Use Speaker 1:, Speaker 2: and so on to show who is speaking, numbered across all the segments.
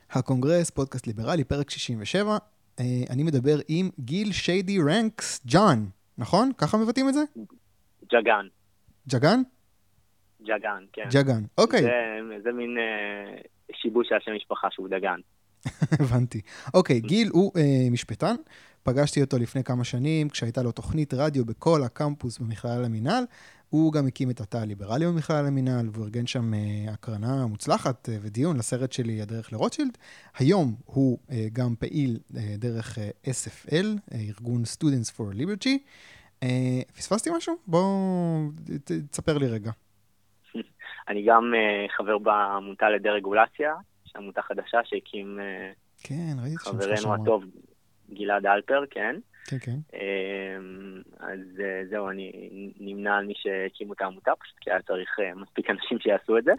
Speaker 1: הקונגרס, פודקאסט ליברלי, פרק 67. אני מדבר עם גיל שיידי רנקס ג'אן, נכון? ככה מבטאים את זה?
Speaker 2: ג'גן.
Speaker 1: ג'גן?
Speaker 2: ג'גן, כן.
Speaker 1: ג'גן, אוקיי.
Speaker 2: זה מין שיבוש של השם משפחה שהוא דגן.
Speaker 1: הבנתי. אוקיי, גיל הוא משפטן. פגשתי אותו לפני כמה שנים, כשהייתה לו תוכנית רדיו בכל הקמפוס במכללה למינהל. הוא גם הקים את התא הליברלי במכללה למינהל, והוא ארגן שם הקרנה מוצלחת ודיון לסרט שלי, הדרך לרוטשילד. היום הוא גם פעיל דרך SFL, ארגון Students for Liberty. פספסתי משהו? בוא תספר לי רגע.
Speaker 2: אני גם חבר בעמותה לדה-רגולציה, שעמותה חדשה שהקים חברנו הטוב גלעד אלפר, כן.
Speaker 1: כן, כן.
Speaker 2: אז זהו, אני נמנע על מי שהקימו את העמותה, פשוט כי היה צריך מספיק אנשים שיעשו את זה.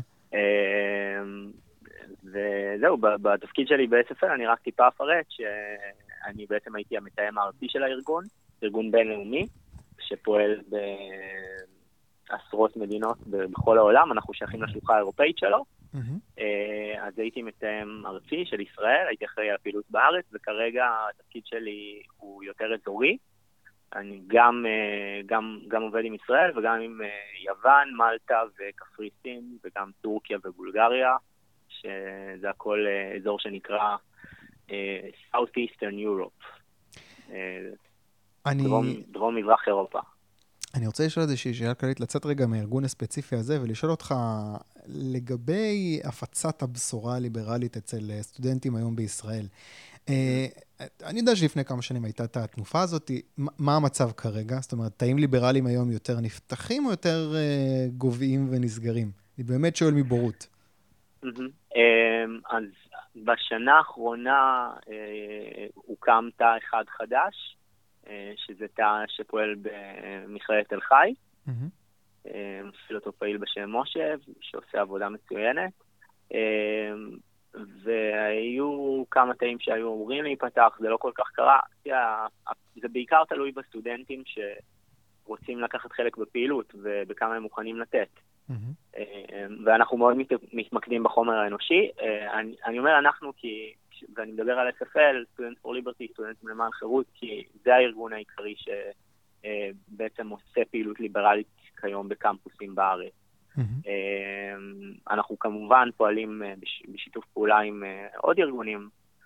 Speaker 2: וזהו, בתפקיד שלי ב-SFL אני רק טיפה אפרט שאני בעצם הייתי המתאם הארצי של הארגון, ארגון בינלאומי, שפועל בעשרות מדינות בכל העולם, אנחנו שייכים לשלוחה האירופאית שלו. אז הייתי מתאם ארצי של ישראל, הייתי אחראי על הפעילות בארץ, וכרגע התפקיד שלי הוא יותר אזורי. אני גם עובד עם ישראל וגם עם יוון, מלטה וקפריסין, וגם טורקיה ובולגריה, שזה הכל אזור שנקרא Southeastern Europe, דרום מזרח אירופה.
Speaker 1: אני רוצה לשאול איזושהי שאלה כללית, לצאת רגע מהארגון הספציפי הזה, ולשאול אותך לגבי הפצת הבשורה הליברלית אצל סטודנטים היום בישראל. אני יודע שלפני כמה שנים הייתה את התנופה הזאת, מה המצב כרגע? זאת אומרת, תאים ליברליים היום יותר נפתחים או יותר גובעים ונסגרים? אני באמת שואל מבורות.
Speaker 2: אז בשנה האחרונה הוקם תא אחד חדש, שזה תא שפועל במכללת תל חי. מפעיל אותו פעיל בשם משה, שעושה עבודה מצוינת. והיו כמה תאים שהיו אמורים להיפתח, זה לא כל כך קרה. זה בעיקר תלוי בסטודנטים שרוצים לקחת חלק בפעילות, ובכמה הם מוכנים לתת. ואנחנו מאוד מתמקדים בחומר האנושי. אני אומר אנחנו כי, ואני מדבר על SFL, Students for Liberty, סטודנטים למען חירות, כי זה הארגון העיקרי שבעצם עושה פעילות ליברלית כיום בקמפוסים בארץ. אנחנו כמובן פועלים בשיתוף פעולה עם עוד ארגונים,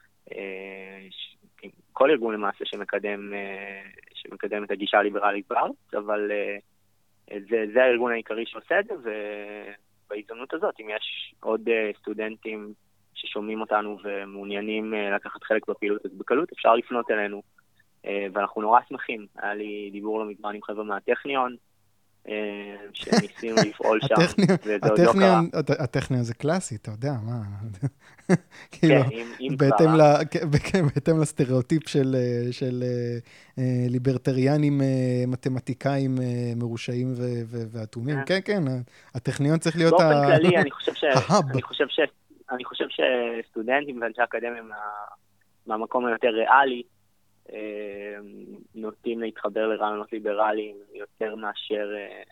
Speaker 2: כל ארגון למעשה שמקדם את הגישה הליברלית בארץ, אבל זה הארגון העיקרי שעושה את זה, ובהזדמנות הזאת, אם יש עוד סטודנטים ששומעים אותנו ומעוניינים לקחת חלק בפעילות, אז בקלות אפשר לפנות אלינו, ואנחנו נורא שמחים. היה לי דיבור לא מזמן עם חבר'ה מהטכניון, שניסינו לפעול שם, וזה עוד לא קרה.
Speaker 1: הטכניון זה קלאסי, אתה יודע, מה?
Speaker 2: כן, אם כבר.
Speaker 1: בהתאם לסטריאוטיפ של ליברטריאנים, מתמטיקאים מרושעים ואטומים. כן, כן, הטכניון צריך להיות
Speaker 2: באופן כללי, אני חושב שסטודנטים ואנשי אקדמיה מהמקום היותר ריאלי, נוטים להתחבר לרעיונות ליברליים יותר מאשר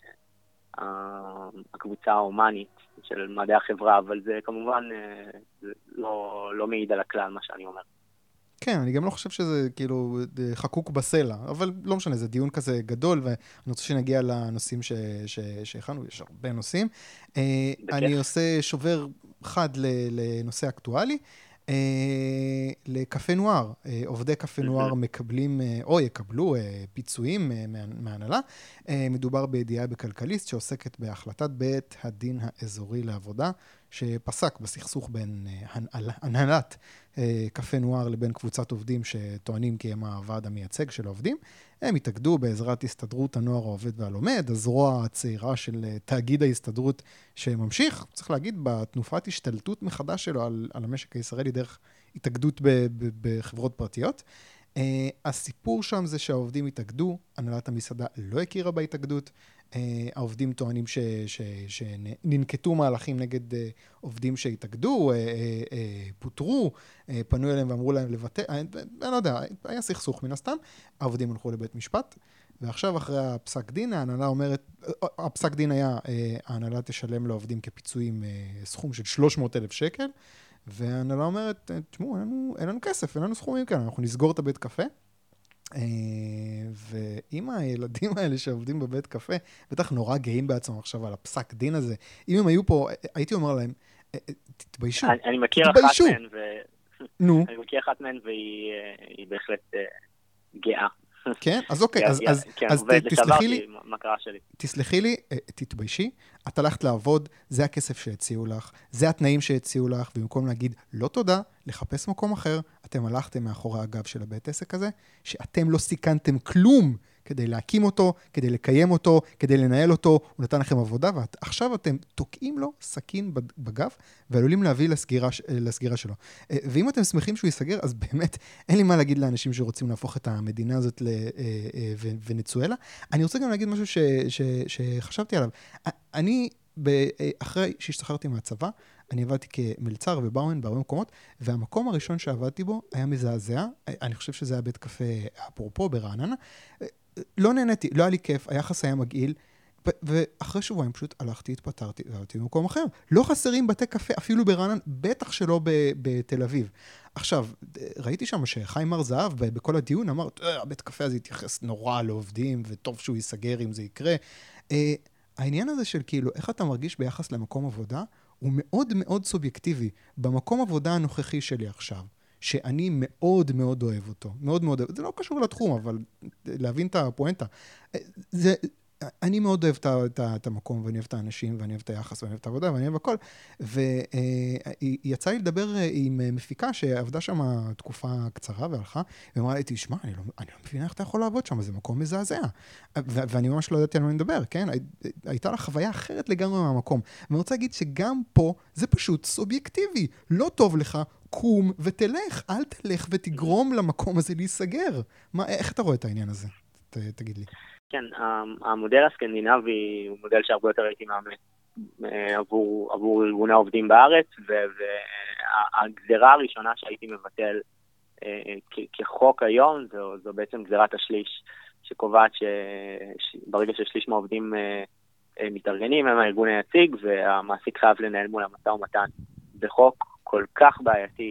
Speaker 2: הקבוצה ההומנית של מדעי החברה, אבל זה כמובן לא מעיד על הכלל מה שאני אומר.
Speaker 1: כן, אני גם לא חושב שזה כאילו חקוק בסלע, אבל לא משנה, זה דיון כזה גדול, ואני רוצה שנגיע לנושאים שהכנו, יש הרבה נושאים. אני עושה שובר חד לנושא אקטואלי, לקפה נואר. עובדי קפה נואר מקבלים, או יקבלו פיצויים מהנהלה. מדובר בידיעה בכלכליסט שעוסקת בהחלטת בית הדין האזורי לעבודה, שפסק בסכסוך בין הנהלת קפה נואר לבין קבוצת עובדים שטוענים כי הם הוועד המייצג של העובדים. הם התאגדו בעזרת הסתדרות הנוער העובד והלומד, הזרוע הצעירה של תאגיד ההסתדרות שממשיך, צריך להגיד, בתנופת השתלטות מחדש שלו על המשק הישראלי דרך התאגדות בחברות פרטיות. הסיפור שם זה שהעובדים התאגדו, הנהלת המסעדה לא הכירה בהתאגדות, העובדים טוענים שננקטו מהלכים נגד עובדים שהתאגדו, פוטרו, פנו אליהם ואמרו להם לבטא, אני לא יודע, היה סכסוך מן הסתם, העובדים הלכו לבית משפט, ועכשיו אחרי הפסק דין, ההנהלה אומרת, הפסק דין היה, ההנהלה תשלם לעובדים כפיצויים סכום של 300,000 שקל, וההנהלה אומרת, תשמעו, אין לנו כסף, אין לנו סכומים כאן, אנחנו נסגור את הבית קפה, ואם הילדים האלה שעובדים בבית קפה, בטח נורא גאים בעצמם עכשיו על הפסק דין הזה, אם הם היו פה, הייתי אומר להם, תתביישו,
Speaker 2: אני מכיר אחת מהן והיא בהחלט גאה.
Speaker 1: כן? אז אוקיי, אז תסלחי לי, תסלחי לי, תתביישי, את הלכת לעבוד, זה הכסף שהציעו לך, זה התנאים שהציעו לך, ובמקום להגיד לא תודה, לחפש מקום אחר, אתם הלכתם מאחורי הגב של הבית עסק הזה, שאתם לא סיכנתם כלום כדי להקים אותו, כדי לקיים אותו, כדי לנהל אותו, הוא נתן לכם עבודה, ועכשיו אתם תוקעים לו סכין בגב, ועלולים להביא לסגירה שלו. ואם אתם שמחים שהוא ייסגר, אז באמת אין לי מה להגיד לאנשים שרוצים להפוך את המדינה הזאת לוונצואלה. אני רוצה גם להגיד משהו שחשבתי עליו. אני, אחרי שהשתחררתי מהצבא, אני עבדתי כמלצר ובאומן בהרבה מקומות, והמקום הראשון שעבדתי בו היה מזעזע. אני חושב שזה היה בית קפה אפרופו ברעננה. לא נהניתי, לא היה לי כיף, היחס היה מגעיל, ואחרי שבועיים פשוט הלכתי, התפטרתי, ועבדתי במקום אחר. לא חסרים בתי קפה, אפילו ברעננה, בטח שלא בתל אביב. עכשיו, ראיתי שם שחיים מר זהב בכל הדיון אמר, הבית קפה הזה יתייחס נורא לעובדים, וטוב שהוא ייסגר אם זה יקרה. העניין הזה של כאילו, איך אתה מרגיש ביחס למקום עבודה, הוא מאוד מאוד סובייקטיבי. במקום עבודה הנוכחי שלי עכשיו, שאני מאוד מאוד אוהב אותו, מאוד מאוד אוהב, זה לא קשור לתחום, אבל להבין את הפואנטה. אני מאוד אוהב את המקום, ואני אוהב את האנשים, ואני אוהב את היחס, ואני אוהב את העבודה, ואני אוהב הכל. ויצא לי לדבר עם מפיקה שעבדה שם תקופה קצרה והלכה, ואמרה לי, תשמע, אני לא מבינה איך אתה יכול לעבוד שם, זה מקום מזעזע. ואני ממש לא ידעתי על מה לדבר, כן? הייתה לה חוויה אחרת לגמרי מהמקום. ואני רוצה להגיד שגם פה זה פשוט סובייקטיבי. לא טוב לך, קום ותלך, אל תלך ותגרום למקום הזה להיסגר. איך אתה רואה את העניין הזה? תגיד לי.
Speaker 2: כן, המודל הסקנדינבי הוא מודל שהרבה יותר הייתי מאמץ עבור ארגוני העובדים בארץ, והגזרה הראשונה שהייתי מבטל כחוק היום, זו בעצם גזרת השליש, שקובעת שברגע ששליש מהעובדים מתארגנים, הם הארגון היציג, והמעסיק חייב לנהל מול המשא ומתן. זה חוק כל כך בעייתי,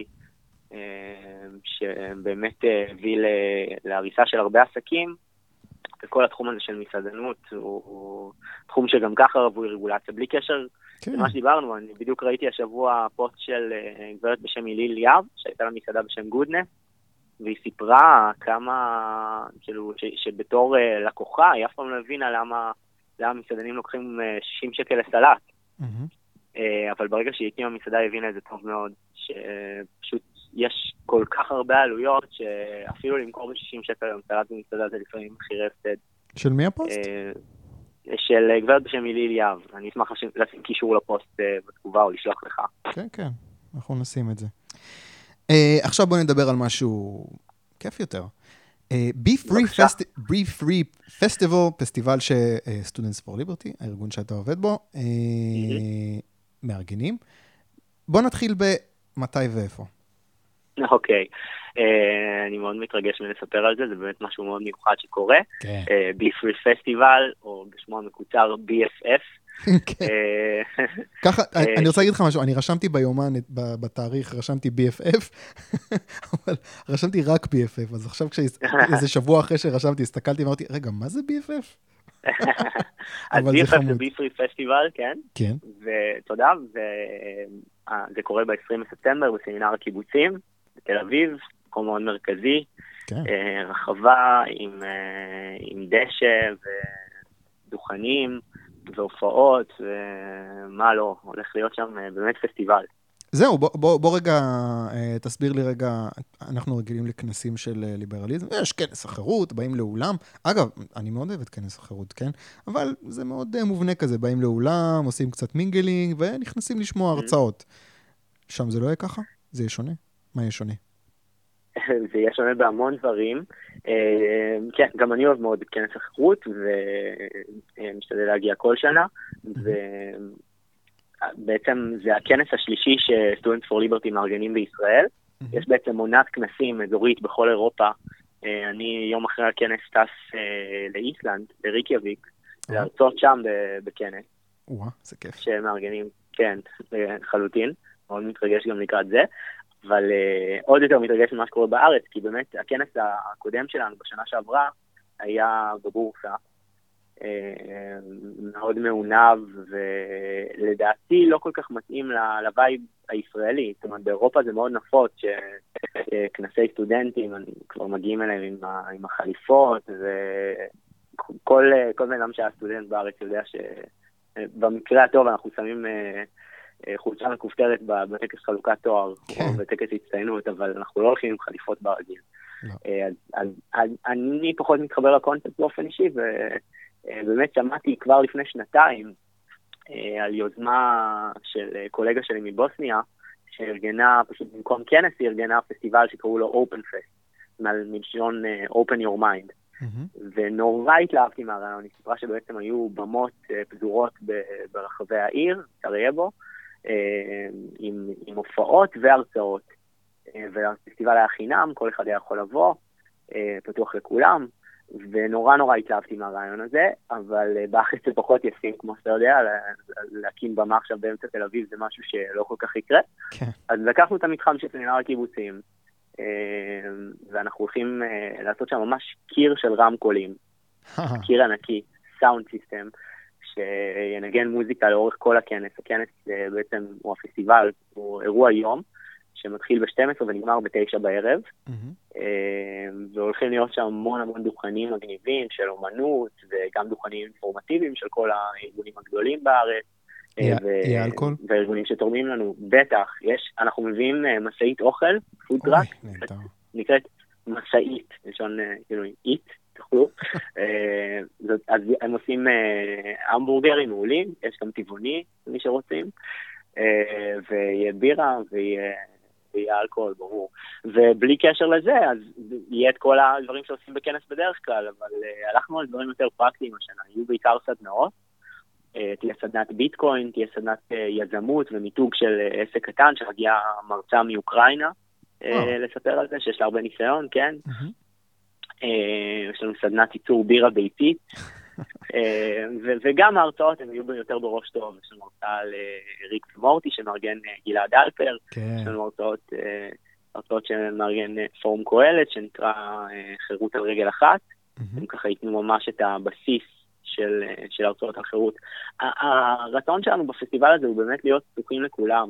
Speaker 2: שבאמת הביא להריסה של הרבה עסקים, וכל התחום הזה של מסעדנות הוא תחום שגם ככה רבוי רגולציה, בלי קשר למה שדיברנו. אני בדיוק ראיתי השבוע פוסט של גברת בשם היליל יהב, שהייתה לה מסעדה בשם גודנס, והיא סיפרה כמה, כאילו, שבתור לקוחה, היא אף פעם לא הבינה למה מסעדנים לוקחים 60 שקל לסלט. אבל ברגע שהיא הקימה מסעדה, היא הבינה את זה טוב מאוד, שפשוט יש כל כך הרבה עלויות, שאפילו למכור ב-60 שקל היום סלט במסעדה זה לפעמים מחירי הפסד.
Speaker 1: של מי הפוסט?
Speaker 2: של גברת בשם היליל יהב. אני אשמח לשים קישור לפוסט בתגובה או לשלוח לך.
Speaker 1: כן, כן, אנחנו נשים את זה. עכשיו בוא נדבר על משהו כיף יותר. Be Free Festival, פסטיבל ש Students for Liberty, הארגון שאתה עובד בו, מארגנים. בוא נתחיל במתי ואיפה.
Speaker 2: אוקיי, אני מאוד מתרגש מלספר על זה, זה באמת משהו מאוד מיוחד שקורה. Be Free Festival, או בשמו המקוצר BFF.
Speaker 1: ככה, אני רוצה להגיד לך משהו, אני רשמתי ביומן, בתאריך, רשמתי BFF, אבל רשמתי רק BFF, אז עכשיו איזה שבוע אחרי שרשמתי, הסתכלתי ואמרתי, רגע, מה זה BFF?
Speaker 2: אז BFF זה Be Free Festival, כן?
Speaker 1: כן.
Speaker 2: ותודה, וזה קורה ב-20 בספטמבר, בסמינר הקיבוצים, בתל אביב, מקום מאוד מרכזי, רחבה עם דשא ודוכנים, והופעות, ומה לא, הולך להיות שם באמת פסטיבל.
Speaker 1: זהו, בוא רגע, תסביר לי רגע, אנחנו רגילים לכנסים של ליברליזם, יש כנס החירות, באים לאולם, אגב, אני מאוד אוהב את כנס החירות, כן? אבל זה מאוד מובנה כזה, באים לאולם, עושים קצת מינגלינג, ונכנסים לשמוע הרצאות. שם זה לא יהיה ככה? זה יהיה שונה? מה יהיה שונה?
Speaker 2: זה יהיה שונה בהמון דברים. כן, גם אני אוהב מאוד את כנס החירות, ומשתדל להגיע כל שנה, ובעצם זה הכנס השלישי ש-Students for Liberty מארגנים בישראל. יש בעצם עונת כנסים אזורית בכל אירופה. אני יום אחרי הכנס טס לאיסלנד, לריקייביק, להרצות שם בכנס.
Speaker 1: וואה, זה כיף.
Speaker 2: שמארגנים, כן, חלוטין. מאוד מתרגש גם לקראת זה, אבל עוד יותר מתרגש ממה שקורה בארץ, כי באמת הכנס הקודם שלנו בשנה שעברה היה בבורסה, מאוד מעונב, ולדעתי לא כל כך מתאים לווייב הישראלי. זאת אומרת, באירופה זה מאוד נפוץ, שכנסי סטודנטים כבר מגיעים אליהם עם החליפות, וכל בן אדם שהיה סטודנט בארץ יודע שבמקרה הטוב אנחנו שמים חולצה מכופתרת בטקס חלוקת תואר, או בטקס הצטיינות, אבל אנחנו לא הולכים עם חליפות ברגיל. אני פחות מתחבר לקונספט באופן אישי, ובאמת שמעתי כבר לפני שנתיים על יוזמה של קולגה שלי מבוסניה, שארגנה, פשוט במקום כנס, היא ארגנה פסטיבל שקראו לו Open Fest, מלשון Open Your Mind. ונורא התלהבתי מהרעיון, היא סיפרה שבעצם היו במות פזורות ברחבי העיר, סרייבו, עם הופעות והרצאות. והפסטיבל היה חינם, כל אחד היה יכול לבוא, פתוח לכולם, ונורא התלהבתי מהרעיון הזה, אבל באחרי זה פחות ישים, כמו שאתה יודע, להקים במה עכשיו באמצע תל אביב זה משהו שלא כל כך יקרה. אז לקחנו את המתחם של סמינר הקיבוצים, ואנחנו הולכים לעשות שם ממש קיר של רמקולים, קיר ענקי, סאונד סיסטם, שינגן מוזיקה לאורך כל הכנס. הכנס בעצם הוא הפסטיבל, הוא אירוע יום, שמתחיל ב-12 ונגמר ב-9 בערב, והולכים להיות שם המון דוכנים מגניבים של אומנות, וגם דוכנים אינפורמטיביים של כל הארגונים הגדולים בארץ,
Speaker 1: יהיה אלכוהול?
Speaker 2: והארגונים שתורמים לנו, בטח, אנחנו מביאים מסעית אוכל, פודטראק, נקראת מסעית, לשון כאילו אית, תוכלו, אז הם עושים המבורגרים מעולים, יש גם טבעוני, מי שרוצים, ויהיה בירה, ויהיה אלכוהול, ברור. ובלי קשר לזה, אז יהיה את כל הדברים שעושים בכנס בדרך כלל, אבל הלכנו על דברים יותר פרקטיים השנה, יהיו בעיקר סדנאות, תהיה סדנת ביטקוין, תהיה סדנת יזמות ומיתוג של עסק קטן, שמגיעה מרצה מאוקראינה, לספר על זה, שיש לה הרבה ניסיון, כן? יש לנו סדנת ייצור בירה ביתית, וגם ההרצאות הן יהיו יותר בראש טוב. יש לנו הרצאה על ריק ומורטי שמארגן גלעד אלפר, יש לנו הרצאות שמארגן פורום קהלת שנקרא חירות על רגל אחת, הם ככה ייתנו ממש את הבסיס של הרצאות על חירות. הרצון שלנו בפסטיבל הזה הוא באמת להיות פתוחים לכולם,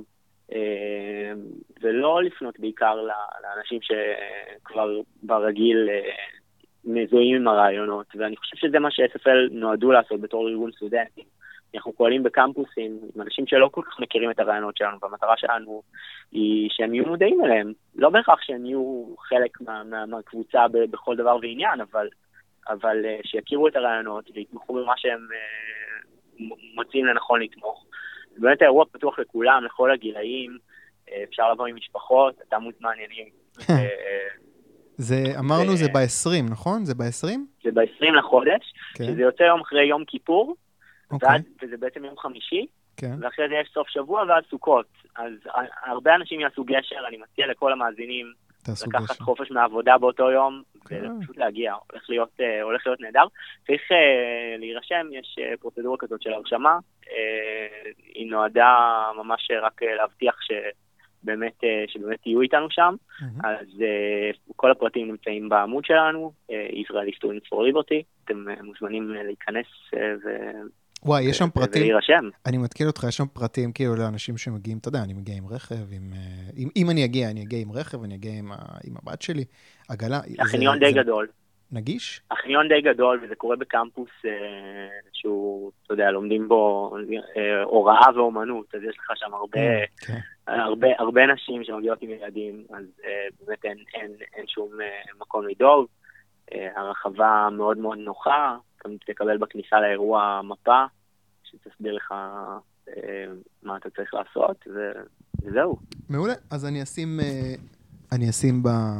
Speaker 2: ולא לפנות בעיקר לאנשים שכבר ברגיל מזוהים עם הרעיונות, ואני חושב שזה מה ש-SFL נועדו לעשות בתור ארגון סטודנטים. אנחנו פועלים בקמפוסים עם אנשים שלא כל כך מכירים את הרעיונות שלנו, והמטרה שלנו היא שהם יהיו מודעים אליהם. לא בהכרח שהם יהיו חלק מהקבוצה בכל דבר ועניין, אבל שיכירו את הרעיונות ויתמכו במה שהם מוצאים לנכון לתמוך. באמת האירוע פתוח לכולם, לכל הגילאים, אפשר לבוא עם משפחות, אתה מוזמן עניינים.
Speaker 1: אמרנו זה ב-20, נכון? זה ב-20?
Speaker 2: זה ב-20 לחודש, שזה יוצא יום אחרי יום כיפור, וזה בעצם יום חמישי, ואחרי זה יש סוף שבוע ועד סוכות. אז הרבה אנשים יעשו גשר, אני מציע לכל המאזינים לקחת חופש מהעבודה באותו יום, ופשוט להגיע, הולך להיות נהדר. צריך להירשם, יש פרוצדורה כזאת של הרשמה, היא נועדה ממש רק להבטיח שבאמת יהיו איתנו שם, אז כל הפרטים נמצאים בעמוד שלנו, Israeli Students for Liberty, אתם מוזמנים להיכנס
Speaker 1: וואי, יש שם פרטים,
Speaker 2: ולהירשם.
Speaker 1: אני מתקיל אותך, יש שם פרטים כאילו לאנשים שמגיעים, אתה יודע, אני מגיע עם רכב, אם אני אגיע עם רכב, אני אגיע עם הבת שלי, עגלה.
Speaker 2: החניון די גדול.
Speaker 1: נגיש?
Speaker 2: החניון די גדול, וזה קורה בקמפוס שהוא, אתה יודע, לומדים בו הוראה ואומנות, אז יש לך שם הרבה נשים שמגיעות עם ילדים, אז באמת אין שום מקום לדאוג. הרחבה מאוד מאוד נוחה, תקבל בכניסה לאירוע מפה, שתסביר לך מה אתה צריך לעשות, וזהו.
Speaker 1: מעולה, אז אני אשים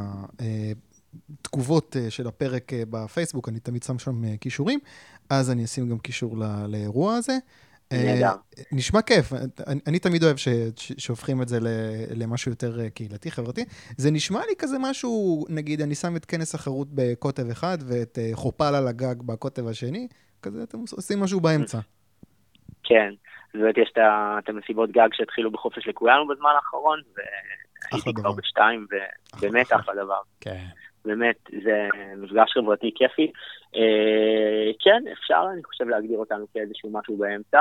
Speaker 1: בתגובות של הפרק בפייסבוק, אני תמיד שם שם קישורים, אז אני אשים גם קישור לאירוע הזה. נשמע כיף, אני תמיד אוהב שהופכים את זה למשהו יותר קהילתי, חברתי. זה נשמע לי כזה משהו, נגיד, אני שם את כנס החירות בקוטב אחד, ואת חופל על הגג בקוטב השני, כזה אתם עושים משהו באמצע.
Speaker 2: כן, באמת יש את המסיבות גג שהתחילו בחופש לכולנו בזמן האחרון, והייתי כבר בשתיים, ובאמת אחלה דבר.
Speaker 1: כן.
Speaker 2: באמת, זה מפגש חברתי כיפי. כן, אפשר, אני חושב, להגדיר אותנו כאיזשהו משהו באמצע.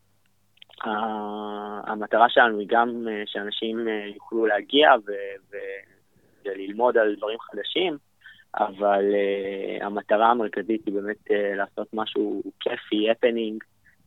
Speaker 2: המטרה שלנו היא גם שאנשים יוכלו להגיע וללמוד על דברים חדשים, אבל המטרה המרכזית היא באמת לעשות משהו כיפי, הפנינג,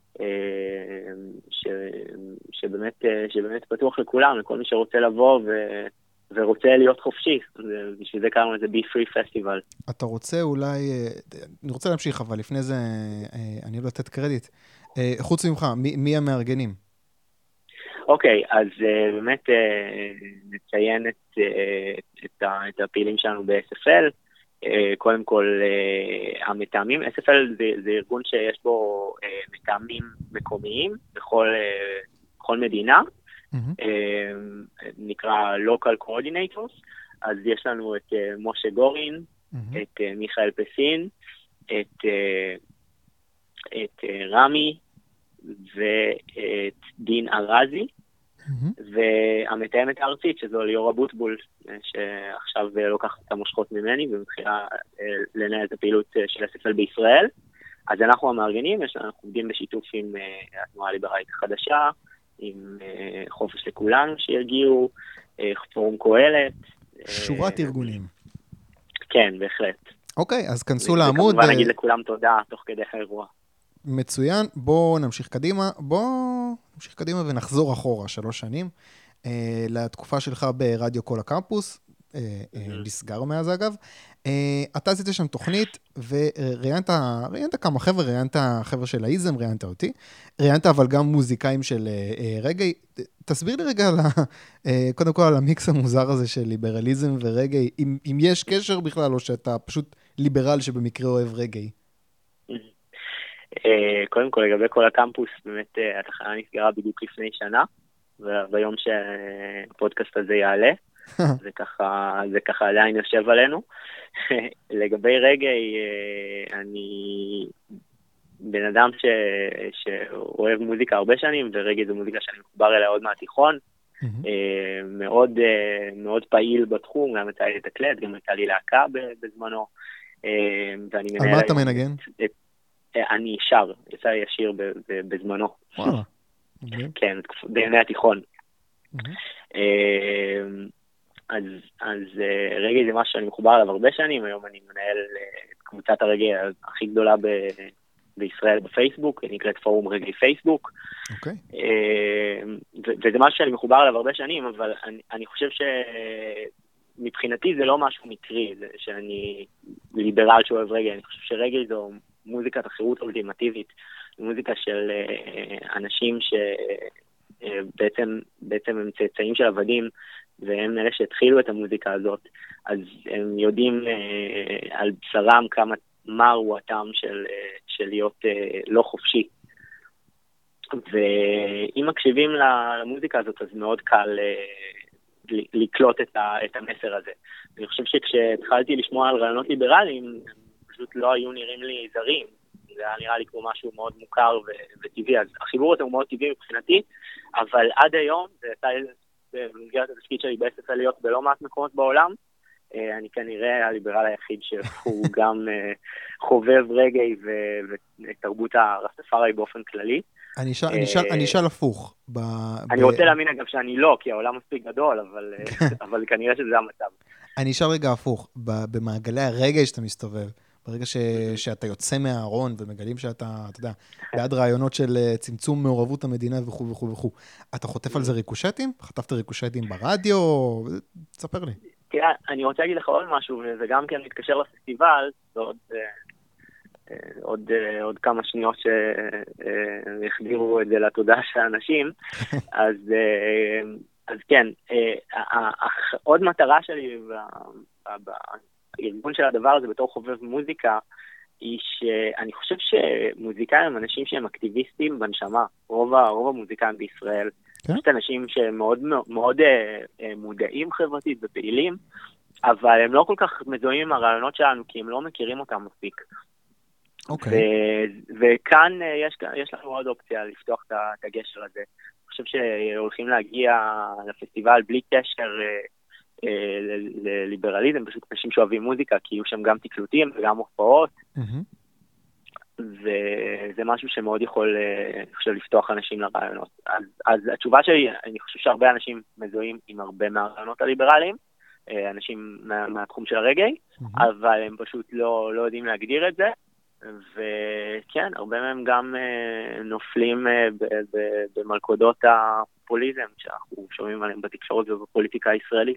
Speaker 2: שבאמת פתוח לכולם, לכל מי שרוצה לבוא ורוצה להיות חופשי. בשביל זה קראנו לזה Be Free Festival.
Speaker 1: אתה רוצה אולי, אני רוצה להמשיך, אבל לפני זה אני לא לתת קרדיט. חוץ ממך, מי המארגנים?
Speaker 2: אוקיי, אז באמת נציין את הפעילים שלנו ב-SFL. קודם כל, המתאמים, SFL זה ארגון שיש בו מתאמים מקומיים בכל מדינה, נקרא Local Coordinators. אז יש לנו את משה גורין, את מיכאל פסין, את רמי ואת דין ארזי, והמתאמת הארצית, שזו ליאור אבוטבול, שעכשיו לוקחת את המושכות ממני ומתחילה לנהל את הפעילות של SFL בישראל. אז אנחנו המארגנים, אנחנו עובדים בשיתוף עם התנועה הליברלית החדשה, עם חופש לכולנו שיגיעו, פורום קהלת.
Speaker 1: שורת ארגונים.
Speaker 2: כן, בהחלט.
Speaker 1: אוקיי, אז כנסו לעמוד.
Speaker 2: וכמובן נגיד לכולם תודה תוך כדי האירוע.
Speaker 1: מצוין, בואו נמשיך קדימה ונחזור אחורה 3 שנים, לתקופה שלך ברדיו כל הקמפוס, נסגר מאז אגב. אתה עשית שם תוכנית, וראיינת כמה חבר'ה, ראיינת חבר'ה של האיזם, ראיינת אותי, ראיינת אבל גם מוזיקאים של רגעי. תסביר לי רגע, קודם כל על המיקס המוזר הזה של ליברליזם ורגעי, אם יש קשר בכלל, או שאתה פשוט ליברל שבמקרה אוהב רגעי.
Speaker 2: קודם כל, לגבי כל הקמפוס, באמת התחנה נסגרה בדיוק לפני שנה, וביום שהפודקאסט הזה יעלה, זה ככה עדיין יושב עלינו. לגבי רגעי, אני בן אדם שאוהב מוזיקה הרבה שנים, ורגעי זו מוזיקה שאני מחובר אליה עוד מהתיכון, מאוד פעיל בתחום, גם הייתה לי לתקלט, גם הייתה לי להקה בזמנו.
Speaker 1: על מה אתה מנגן?
Speaker 2: אני שר, יצא לי השיר בזמנו.
Speaker 1: וואלה.
Speaker 2: כן, בימי התיכון. אז רגעי זה משהו שאני מחובר עליו הרבה שנים, היום אני מנהל את קבוצת הרגעי הכי גדולה בישראל בפייסבוק, נקראת פורום רגעי פייסבוק.
Speaker 1: אוקיי.
Speaker 2: וזה משהו שאני מחובר עליו הרבה שנים, אבל אני חושב שמבחינתי זה לא משהו מקרי, שאני ליברל שאוהב רגעי, אני חושב שרגעי זו מוזיקת החירות אולטימטיבית, מוזיקה של אנשים שבעצם הם צאצאים של עבדים, והם אלה שהתחילו את המוזיקה הזאת, אז הם יודעים על בשרם כמה מר הוא הטעם של להיות לא חופשי. ואם מקשיבים למוזיקה הזאת, אז מאוד קל לקלוט את המסר הזה. אני חושב שכשהתחלתי לשמוע על רעיונות ליברליים, פשוט לא היו נראים לי זרים, זה היה נראה לי כמו משהו מאוד מוכר וטבעי, אז החיבור הזה הוא מאוד טבעי מבחינתי, אבל עד היום, במסגרת התפקיד שלי ב-SFL להיות בלא מעט מקומות בעולם, אני כנראה הליברל היחיד שהוא גם חובב רגעי ותרבות הרסטפארי באופן כללי.
Speaker 1: אני אשאל הפוך.
Speaker 2: אני רוצה להאמין אגב שאני לא, כי העולם מספיק גדול, אבל כנראה שזה המצב.
Speaker 1: אני אשאל רגע הפוך, במעגלי הרגע שאתה מסתובב, ברגע שאתה יוצא מהארון ומגלים שאתה, אתה יודע, בעד רעיונות של צמצום מעורבות המדינה וכו' וכו' וכו', אתה חוטף על זה ריקושטים? חטפת ריקושטים ברדיו? תספר לי.
Speaker 2: תראה, אני רוצה להגיד לך עוד משהו, וזה גם כן מתקשר לפסטיבל, עוד כמה שניות שיחדירו את זה לתודעה של האנשים, אז כן, עוד מטרה שלי בארגון של הדבר הזה בתור חובב מוזיקה, היא שאני חושב שמוזיקאים הם אנשים שהם אקטיביסטים בנשמה, רוב המוזיקאים בישראל, יש אנשים שהם מאוד מודעים חברתית ופעילים, אבל הם לא כל כך מזוהים עם הרעיונות שלנו, כי הם לא מכירים אותם מספיק. וכאן יש לנו עוד אופציה לפתוח את הגשר הזה. אני חושב שהולכים להגיע לפסטיבל בלי קשר לליברליזם, פשוט אנשים שאוהבים מוזיקה, כי יהיו שם גם תקלוטים וגם הופעות, וזה משהו שמאוד יכול, אני חושב, לפתוח אנשים לרעיונות. אז התשובה שלי, אני חושב שהרבה אנשים מזוהים עם הרבה מהרעיונות הליברליים, אנשים מהתחום של הרגעי, אבל הם פשוט לא יודעים להגדיר את זה, וכן, הרבה מהם גם נופלים במלכודות הפופוליזם, שאנחנו שומעים עליהם בתקשורת ובפוליטיקה הישראלית.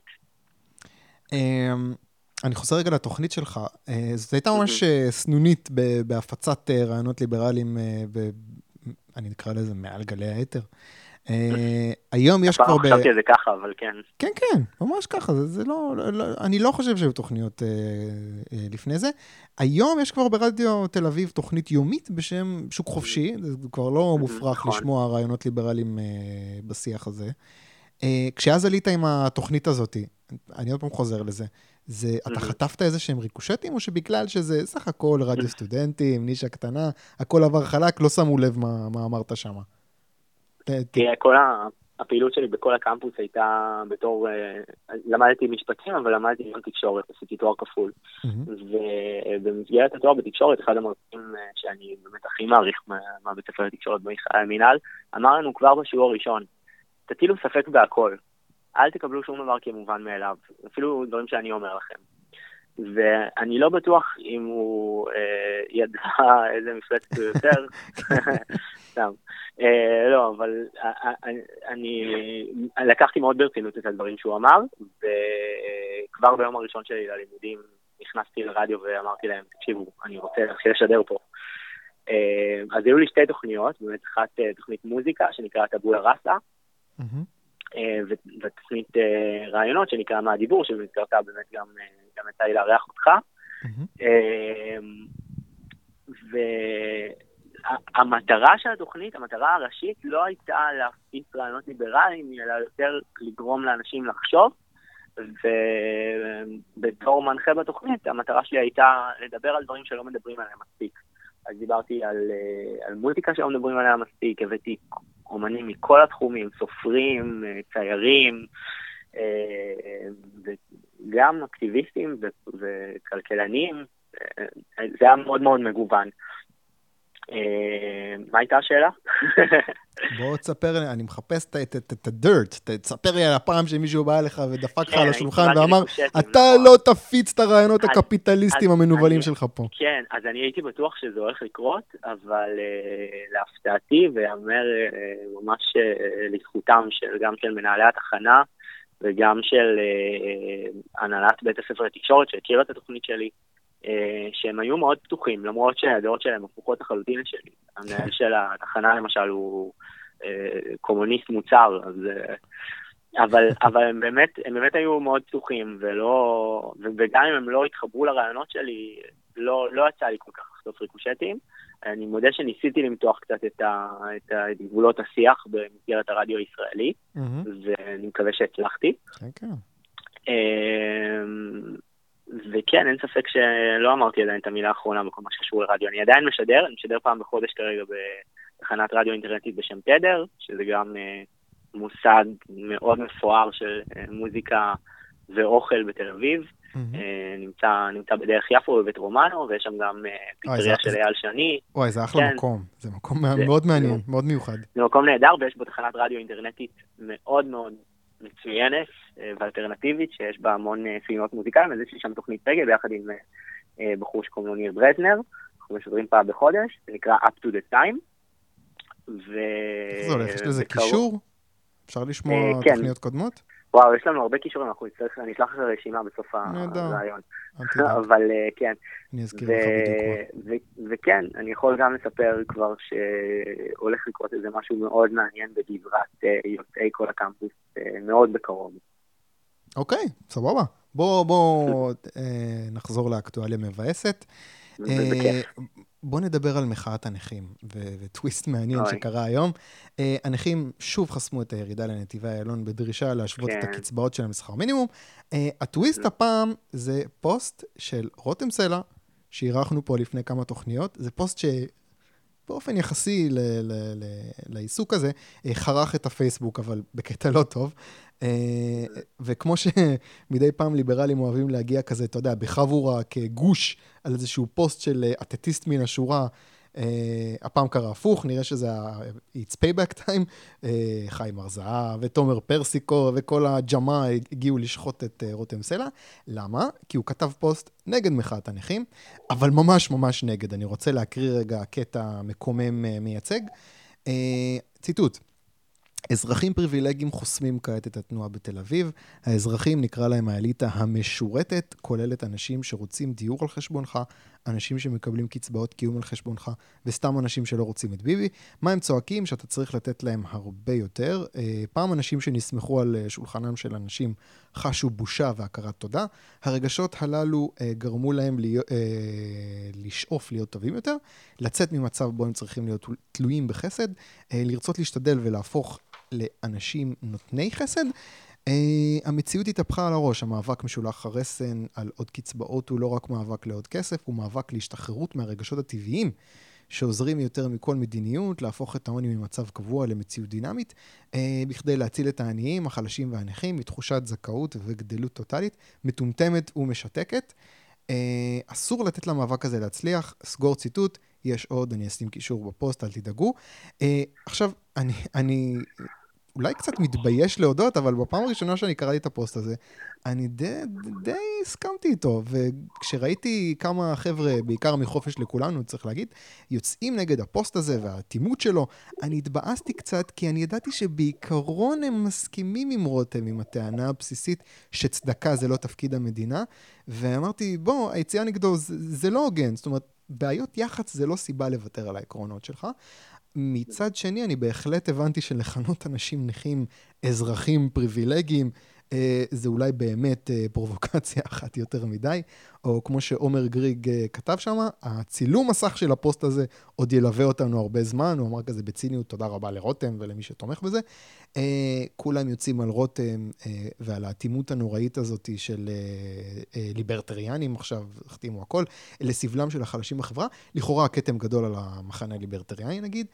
Speaker 1: אני חוזר רגע לתוכנית שלך. זאת הייתה ממש סנונית בהפצת רעיונות ליברליים, אני נקרא לזה מעל גלי היתר. היום יש כבר...
Speaker 2: חשבתי על זה ככה, אבל כן.
Speaker 1: כן, כן, ממש ככה. אני לא חושב שהיו תוכניות לפני זה. היום יש כבר ברדיו תל אביב תוכנית יומית בשם שוק חופשי. זה כבר לא מופרך לשמוע רעיונות ליברליים בשיח הזה. כשאז עלית עם התוכנית הזאת, אני עוד פעם חוזר לזה, אתה חטפת איזה שהם ריקושטים, או שבגלל שזה סך הכל רדיו סטודנטים, נישה קטנה, הכל עבר חלק, לא שמו לב מה אמרת שם?
Speaker 2: כל הפעילות שלי בכל הקמפוס הייתה בתור, למדתי משפטים, אבל למדתי גם תקשורת, עשיתי תואר כפול. ובמסגרת התואר בתקשורת, אחד המרצים שאני באמת הכי מעריך מהבית ספר לתקשורת במינהל, אמר לנו כבר בשיעור הראשון, תטילו ספק בהכל. אל תקבלו שום דבר כמובן מאליו. אפילו דברים שאני אומר לכם. ואני לא בטוח אם הוא ידע איזה מפלצת הוא יותר. סתם. לא, אבל אני לקחתי מאוד ברצינות את הדברים שהוא אמר, וכבר ביום הראשון שלי ללימודים נכנסתי לרדיו ואמרתי להם, תקשיבו, אני רוצה להתחיל לשדר פה. אז היו לי שתי תוכניות, באמת אחת תוכנית מוזיקה שנקראת טבולה ראסה, ותוכנית רעיונות שנקרא מהדיבור, שבמסגרתה באמת גם יצא לי לארח אותך. והמטרה של התוכנית, המטרה הראשית, לא הייתה להפיץ רעיונות ליברליים, אלא יותר לגרום לאנשים לחשוב, ובתור מנחה בתוכנית, המטרה שלי הייתה לדבר על דברים שלא מדברים עליהם מספיק. אז דיברתי על מוזיקה שלא מדברים עליה מספיק, הבאתי אומנים מכל התחומים, סופרים, ציירים, וגם אקטיביסטים וכלכלנים, זה היה מאוד מאוד מגוון. מה הייתה השאלה?
Speaker 1: בוא תספר לי, אני מחפש את הדירט, תספר לי על הפעם שמישהו בא אליך ודפק לך על השולחן ואמר, אתה לא תפיץ את הרעיונות הקפיטליסטיים המנובלים שלך פה.
Speaker 2: כן, אז אני הייתי בטוח שזה הולך לקרות, אבל להפתעתי, ואמר ממש לזכותם גם של מנהלי התחנה, וגם של הנהלת בית הספר לתקשורת, שהכירה את התוכנית שלי, שהם היו מאוד פתוחים, למרות שהדעות שלהם הפוכות לחלוטין שלי. המנהל של התחנה למשל הוא קומוניסט מוצר, אבל הם באמת היו מאוד פתוחים, וגם אם הם לא התחברו לרעיונות שלי, לא יצא לי כל כך לחטוף ריקושטים. אני מודה שניסיתי למתוח קצת את גבולות השיח במסגרת הרדיו הישראלי, ואני מקווה שהצלחתי. וכן, אין ספק שלא אמרתי עדיין את המילה האחרונה בכל מה שקשור לרדיו. אני עדיין משדר, אני משדר פעם בחודש כרגע בתחנת רדיו אינטרנטית בשם תדר, שזה גם מוסד מאוד מפואר של מוזיקה ואוכל בתל אביב. נמצא בדרך יפו בבית רומנו, ויש שם גם פיצריה של אייל שני.
Speaker 1: וואי, זה אחלה מקום. זה מקום מאוד מעניין, מאוד מיוחד.
Speaker 2: זה מקום נהדר, ויש בו תחנת רדיו אינטרנטית מאוד מאוד מצוינת ואלטרנטיבית, שיש בה המון סגנונות מוזיקליים, אז יש לי שם תוכנית רגע ביחד עם בחור שקוראים לו ניר ברזנר, אנחנו משדרים פעם בחודש, זה נקרא Up to the Time.
Speaker 1: איך זה הולך? יש לזה קישור? אפשר לשמוע תוכניות קודמות?
Speaker 2: וואו, יש לנו הרבה קישורים, אני אשלח לך רשימה בסוף הרעיון. אבל כן.
Speaker 1: אני אזכיר לך בדיוק מה.
Speaker 2: וכן, אני יכול גם לספר כבר שהולך לקרות איזה משהו מאוד מעניין בגברת יוצאי כל הקמפוס מאוד בקרוב.
Speaker 1: אוקיי, סבבה. בוא נחזור לאקטואליה מבאסת. בוא נדבר על מחאת הנכים, וטוויסט מעניין שקרה היום. הנכים שוב חסמו את הירידה לנתיבי איילון בדרישה להשוות את הקצבאות שלהם לשכר מינימום. הטוויסט הפעם זה פוסט של רותם סלע, שעירכנו פה לפני כמה תוכניות. זה פוסט שבאופן יחסי לעיסוק הזה, חרך את הפייסבוק, אבל בקטע לא טוב. וכמו שמדי פעם ליברלים אוהבים להגיע כזה, אתה יודע, בחבורה כגוש על איזשהו פוסט של אתטיסט מן השורה, הפעם קרה הפוך, נראה שזה It's Payback Time, חיים ארזאה ותומר פרסיקו וכל הג'מה הגיעו לשחוט את רותם סלע. למה? כי הוא כתב פוסט נגד מחאת הנכים, אבל ממש ממש נגד. אני רוצה להקריא רגע קטע מקומם מייצג. ציטוט: אזרחים פריבילגיים חוסמים כעת את התנועה בתל אביב. האזרחים, נקרא להם האליטה המשורתת, כוללת אנשים שרוצים דיור על חשבונך, אנשים שמקבלים קצבאות קיום על חשבונך, וסתם אנשים שלא רוצים את ביבי. מה הם צועקים? שאתה צריך לתת להם הרבה יותר. פעם אנשים שנסמכו על שולחנם של אנשים חשו בושה והכרת תודה. הרגשות הללו גרמו להם לשאוף להיות טובים יותר, לצאת ממצב בו הם צריכים להיות תלויים בחסד, לרצות להשתדל ולהפוך לאנשים נותני חסד. המציאות התהפכה על הראש, המאבק משולח הרסן על עוד קצבאות הוא לא רק מאבק לעוד כסף, הוא מאבק להשתחררות מהרגשות הטבעיים שעוזרים יותר מכל מדיניות, להפוך את העוני ממצב קבוע למציאות דינמית, בכדי להציל את העניים, החלשים והנכים, מתחושת זכאות וגדלות טוטלית, מטומטמת ומשתקת. אסור לתת למאבק הזה להצליח, סגור ציטוט, יש עוד, אני אשים קישור בפוסט, אל תדאגו. עכשיו, אני אולי קצת מתבייש להודות, אבל בפעם הראשונה שאני קראתי את הפוסט הזה, אני די הסכמתי איתו, וכשראיתי כמה חבר'ה, בעיקר מחופש לכולנו, צריך להגיד, יוצאים נגד הפוסט הזה והתימות שלו, אני התבאסתי קצת, כי אני ידעתי שבעיקרון הם מסכימים עם רותם, עם הטענה הבסיסית שצדקה זה לא תפקיד המדינה, ואמרתי, בוא, היציאה נגדו זה לא הוגן, זאת אומרת, בעיות יח"צ זה לא סיבה לוותר על העקרונות שלך. מצד שני, אני בהחלט הבנתי שלכנות אנשים נכים, אזרחים פריבילגיים, זה אולי באמת פרובוקציה אחת יותר מדי, או כמו שעומר גריג כתב שם, הצילום מסך של הפוסט הזה עוד ילווה אותנו הרבה זמן, הוא אמר כזה בציניות, תודה רבה לרותם ולמי שתומך בזה. כולם יוצאים על רותם ועל האטימות הנוראית הזאת של ליברטריאנים, עכשיו החתימו הכל, לסבלם של החלשים בחברה, לכאורה הכתם גדול על המחנה הליברטריאני נגיד.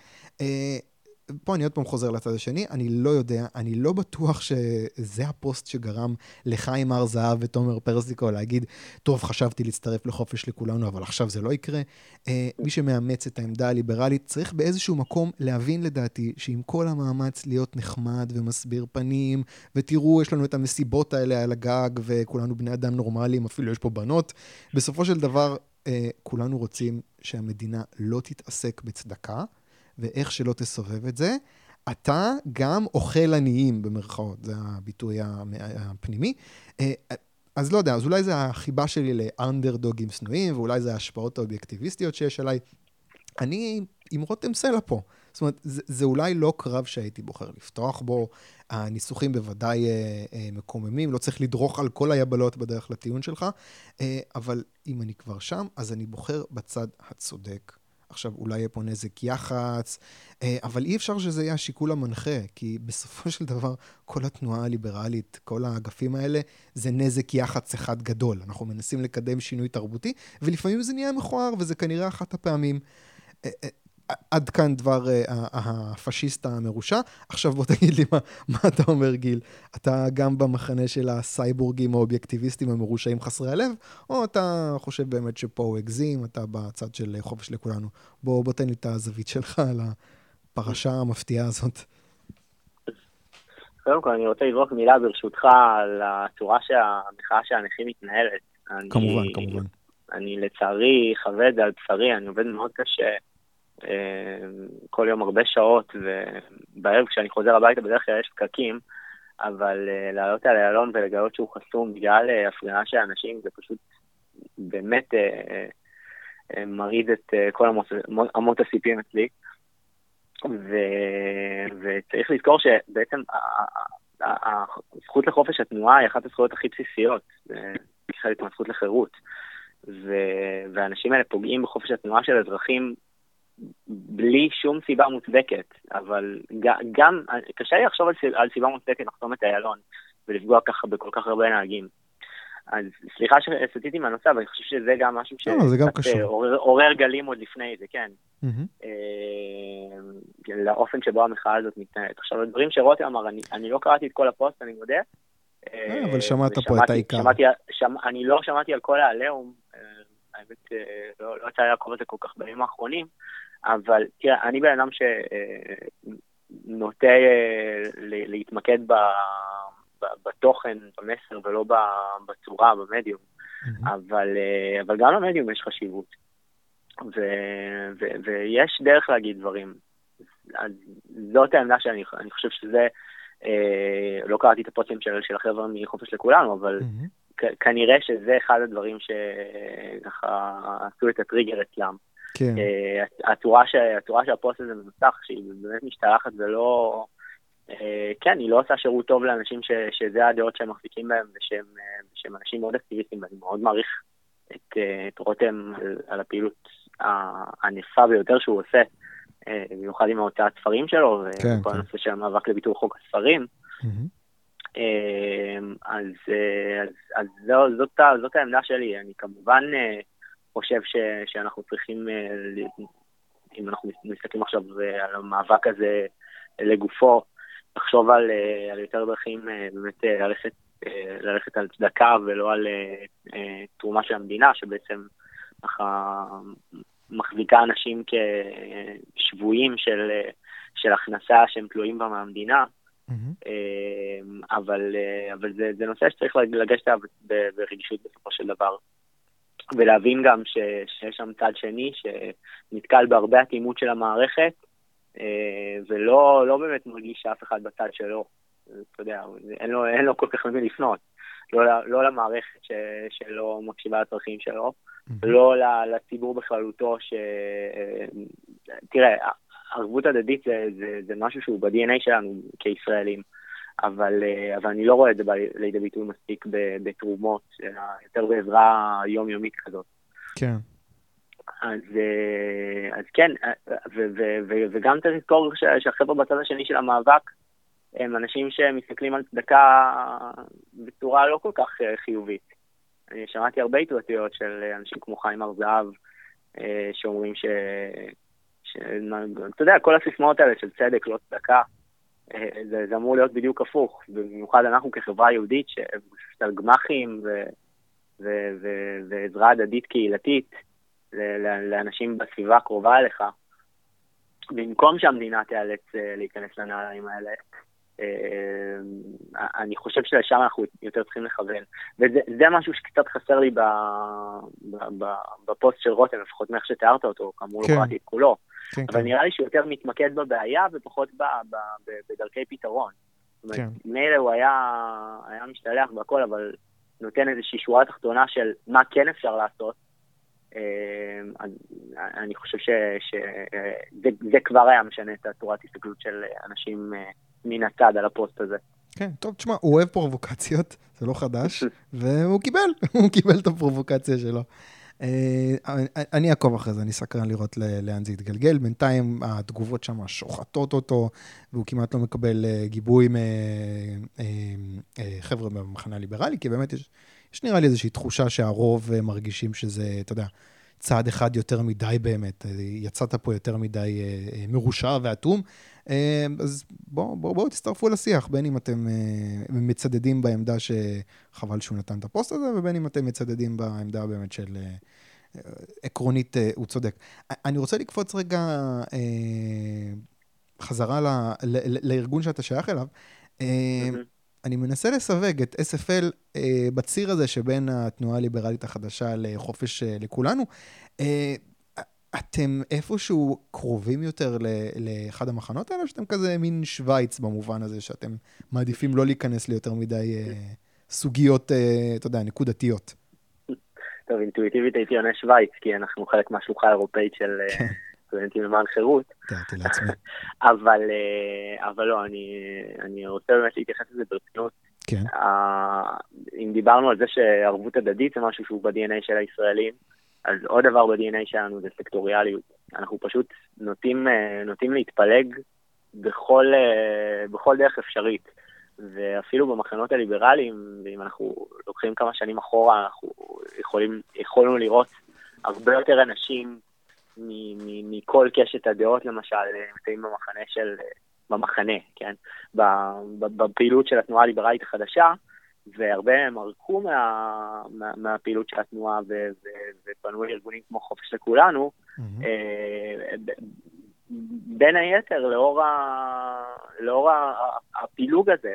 Speaker 1: פה אני עוד פעם חוזר לצד השני, אני לא יודע, אני לא בטוח שזה הפוסט שגרם לחיים ארזאה ותומר פרסיקו להגיד, טוב, חשבתי להצטרף לחופש לכולנו, אבל עכשיו זה לא יקרה. מי שמאמץ את העמדה הליברלית צריך באיזשהו מקום להבין לדעתי, שעם כל המאמץ להיות נחמד ומסביר פנים, ותראו, יש לנו את המסיבות האלה על הגג, וכולנו בני אדם נורמליים, אפילו יש פה בנות. בסופו של דבר, כולנו רוצים שהמדינה לא תתעסק בצדקה, ואיך שלא תסובב את זה, אתה גם אוכל עניים במרכאות, זה הביטוי הפנימי. אז לא יודע, אז אולי זה החיבה שלי לאנדרדוגים שנואים, ואולי זה ההשפעות האובייקטיביסטיות שיש עליי. אני עם רותם סלע פה. זאת אומרת, זה אולי לא קרב שהייתי בוחר לפתוח בו, הניסוחים בוודאי מקוממים, לא צריך לדרוך על כל היבלות בדרך לטיעון שלך, אבל אם אני כבר שם, אז אני בוחר בצד הצודק. עכשיו, אולי יהיה פה נזק יח"צ, אבל אי אפשר שזה יהיה השיקול המנחה, כי בסופו של דבר, כל התנועה הליברלית, כל האגפים האלה, זה נזק יח"צ אחד גדול. אנחנו מנסים לקדם שינוי תרבותי, ולפעמים זה נהיה מכוער, וזה כנראה אחת הפעמים. עד כאן דבר הפשיסט המרושע. עכשיו בוא תגיד לי מה אתה אומר, גיל. אתה גם במחנה של הסייבורגים האובייקטיביסטים המרושעים חסרי הלב, או אתה חושב באמת שפה הוא הגזים, אתה בצד של חופש לכולנו. בוא תן לי את הזווית שלך על הפרשה המפתיעה הזאת.
Speaker 2: קודם כל אני רוצה לזרוק מילה ברשותך על הצורה שהמחאה שהנכים מתנהלת.
Speaker 1: כמובן.
Speaker 2: אני לצערי חווה את זה על בשרי, אני עובד מאוד קשה. כל יום הרבה שעות, ובערב כשאני חוזר הביתה בדרך כלל יש פקקים, אבל לעלות על איילון ולגלות שהוא חסום בגלל הפגנה של אנשים, זה פשוט באמת מריד את כל אמות הסיפים אצלי, וצריך לזכור שבעצם הזכות לחופש התנועה היא אחת הזכויות הכי בסיסיות, חלק מהזכות לחירות, והאנשים האלה פוגעים בחופש התנועה של אזרחים בלי שום סיבה מוצדקת, אבל גם קשה לי לחשוב על סיבה מוצדקת לחסום את איילון ולפגוע ככה בכל כך הרבה נהגים. אז סליחה שסטיתי מהנושא, אבל אני חושב שזה גם משהו שעורר גלים עוד לפני זה, כן. לאופן שבו המחאה הזאת מתנהלת. עכשיו, הדברים שרותם אמר, אני לא קראתי את כל הפוסט, אני מודה.
Speaker 1: אבל שמעת פה את העיקר.
Speaker 2: אני לא שמעתי על כל העליהום, האמת, לא יצא לעקוב את זה כל כך בימים האחרונים, אבל תראה, אני בן אדם שנוטה להתמקד בתוכן, במסר, ולא בצורה, במדיום. אבל גם למדיום יש חשיבות. ויש דרך להגיד דברים. אז זאת העמדה שאני חושב שזה, לא קראתי את הפוסטים של החבר'ה מחופש לכולנו, אבל כנראה שזה אחד הדברים שככה עשו את הטריגר אצלם.
Speaker 1: כן.
Speaker 2: הצורה שהפוסט הזה מנוסח, שהיא באמת משתלחת ולא... כן, היא לא עושה שירות טוב לאנשים שזה הדעות שהם מחזיקים בהם, ושהם אנשים מאוד אקטיביסטים, ואני מאוד מעריך את רותם על הפעילות הענפה ביותר שהוא עושה, במיוחד עם ההוצאת ספרים שלו, וכל הנושא של המאבק לביטול חוק הספרים. אז זאת העמדה שלי. אני כמובן חושב שאנחנו צריכים, אם אנחנו מסתכלים עכשיו על המאבק הזה לגופו, לחשוב על יותר דרכים באמת ללכת על צדקה ולא על תרומה של המדינה, שבעצם מחזיקה אנשים כשבויים של הכנסה שהם תלויים בה מהמדינה. אבל זה נושא שצריך לגשת ברגישות בסופו של דבר. ולהבין גם שיש שם צד שני שנתקל בהרבה אטימות של המערכת, ולא באמת מרגיש שאף אחד בצד שלו. אתה יודע, אין לו כל כך למי לפנות. לא למערכת שלא מקשיבה לצרכים שלו, לא לציבור בכללותו תראה, ערבות הדדית זה משהו שהוא ב-DNA שלנו כישראלים, אבל אני לא רואה את זה לידי ביטוי מספיק בתרומות, יותר בעזרה יומיומית כזאת.
Speaker 1: כן.
Speaker 2: אז כן, וגם צריך לזכור שהחבר'ה בצד השני של המאבק, הם אנשים שמסתכלים על צדקה בצורה לא כל כך חיובית. אני שמעתי הרבה התבטאויות של אנשים כמו חיים ארזהב, שאומרים אתה יודע, כל הסיסמאות האלה של צדק, לא צדקה, זה אמור להיות בדיוק הפוך. במיוחד אנחנו כחברה יהודית, שמבוססת על גמחים ועזרה הדדית קהילתית לאנשים בסביבה הקרובה אליך, במקום שהמדינה תיאלץ להיכנס לנעליים האלה, אני חושב שלשם אנחנו יותר צריכים לכוון. וזה משהו שקצת חסר לי בפוסט של רותם, לפחות מאיך שתיארת אותו, כאמור לא קראתי את כולו. אבל נראה לי שהוא יותר מתמקד בבעיה ופחות בדרכי פתרון. זאת אומרת, מילא הוא היה משתלח בהכל, אבל נותן איזושהי שורה תחתונה של מה כן אפשר לעשות. אני חושב שזה כבר היה משנה את הצורת הסתכלות של אנשים מן הצד על הפוסט הזה.
Speaker 1: כן, טוב, תשמע, הוא אוהב פרובוקציות, זה לא חדש, והוא קיבל את הפרובוקציה שלו. אני אעקוב אחרי זה, אני סקרן לראות לאן זה יתגלגל. בינתיים התגובות שם שוחטות אותו, והוא כמעט לא מקבל גיבוי מחבר'ה במחנה הליברלי, כי באמת יש נראה לי איזושהי תחושה שהרוב מרגישים שזה, אתה יודע, צעד אחד יותר מדי באמת, יצאת פה יותר מדי מרושע ואטום, אז בואו תצטרפו לשיח, בין אם אתם מצדדים בעמדה שחבל שהוא נתן את הפוסט הזה, ובין אם אתם מצדדים בעמדה באמת של עקרונית הוא צודק. אני רוצה לקפוץ רגע חזרה לארגון שאתה שייך אליו. אני מנסה לסווג את SFL בציר הזה שבין התנועה הליברלית החדשה לחופש לכולנו. אתם איפשהו קרובים יותר לאחד המחנות האלה, שאתם כזה מין שוויץ במובן הזה, שאתם מעדיפים לא להיכנס ליותר מדי סוגיות, אתה יודע, נקודתיות?
Speaker 2: טוב, אינטואיטיבית הייתי עונה שוויץ, כי אנחנו חלק מהשלוחה האירופאית של סטודנטים למען חירות.
Speaker 1: תיארתי לעצמי.
Speaker 2: אבל לא, אני רוצה באמת להתייחס לזה ברצינות.
Speaker 1: כן.
Speaker 2: אם דיברנו על זה שערבות הדדית זה משהו שהוא ב-DNA של הישראלים, אז עוד דבר ב-DNA שלנו זה סקטוריאליות. אנחנו פשוט נוטים להתפלג בכל דרך אפשרית. ואפילו במחנות הליברליים, ואם אנחנו לוקחים כמה שנים אחורה, אנחנו יכולנו לראות הרבה יותר אנשים מכל קשת הדעות, למשל, נמצאים במחנה, כן? בפעילות של התנועה הליברלית החדשה, והרבה הם ערקו מהפעילות של התנועה ופנו לארגונים כמו חופש לכולנו, בין היתר לאור הפילוג הזה.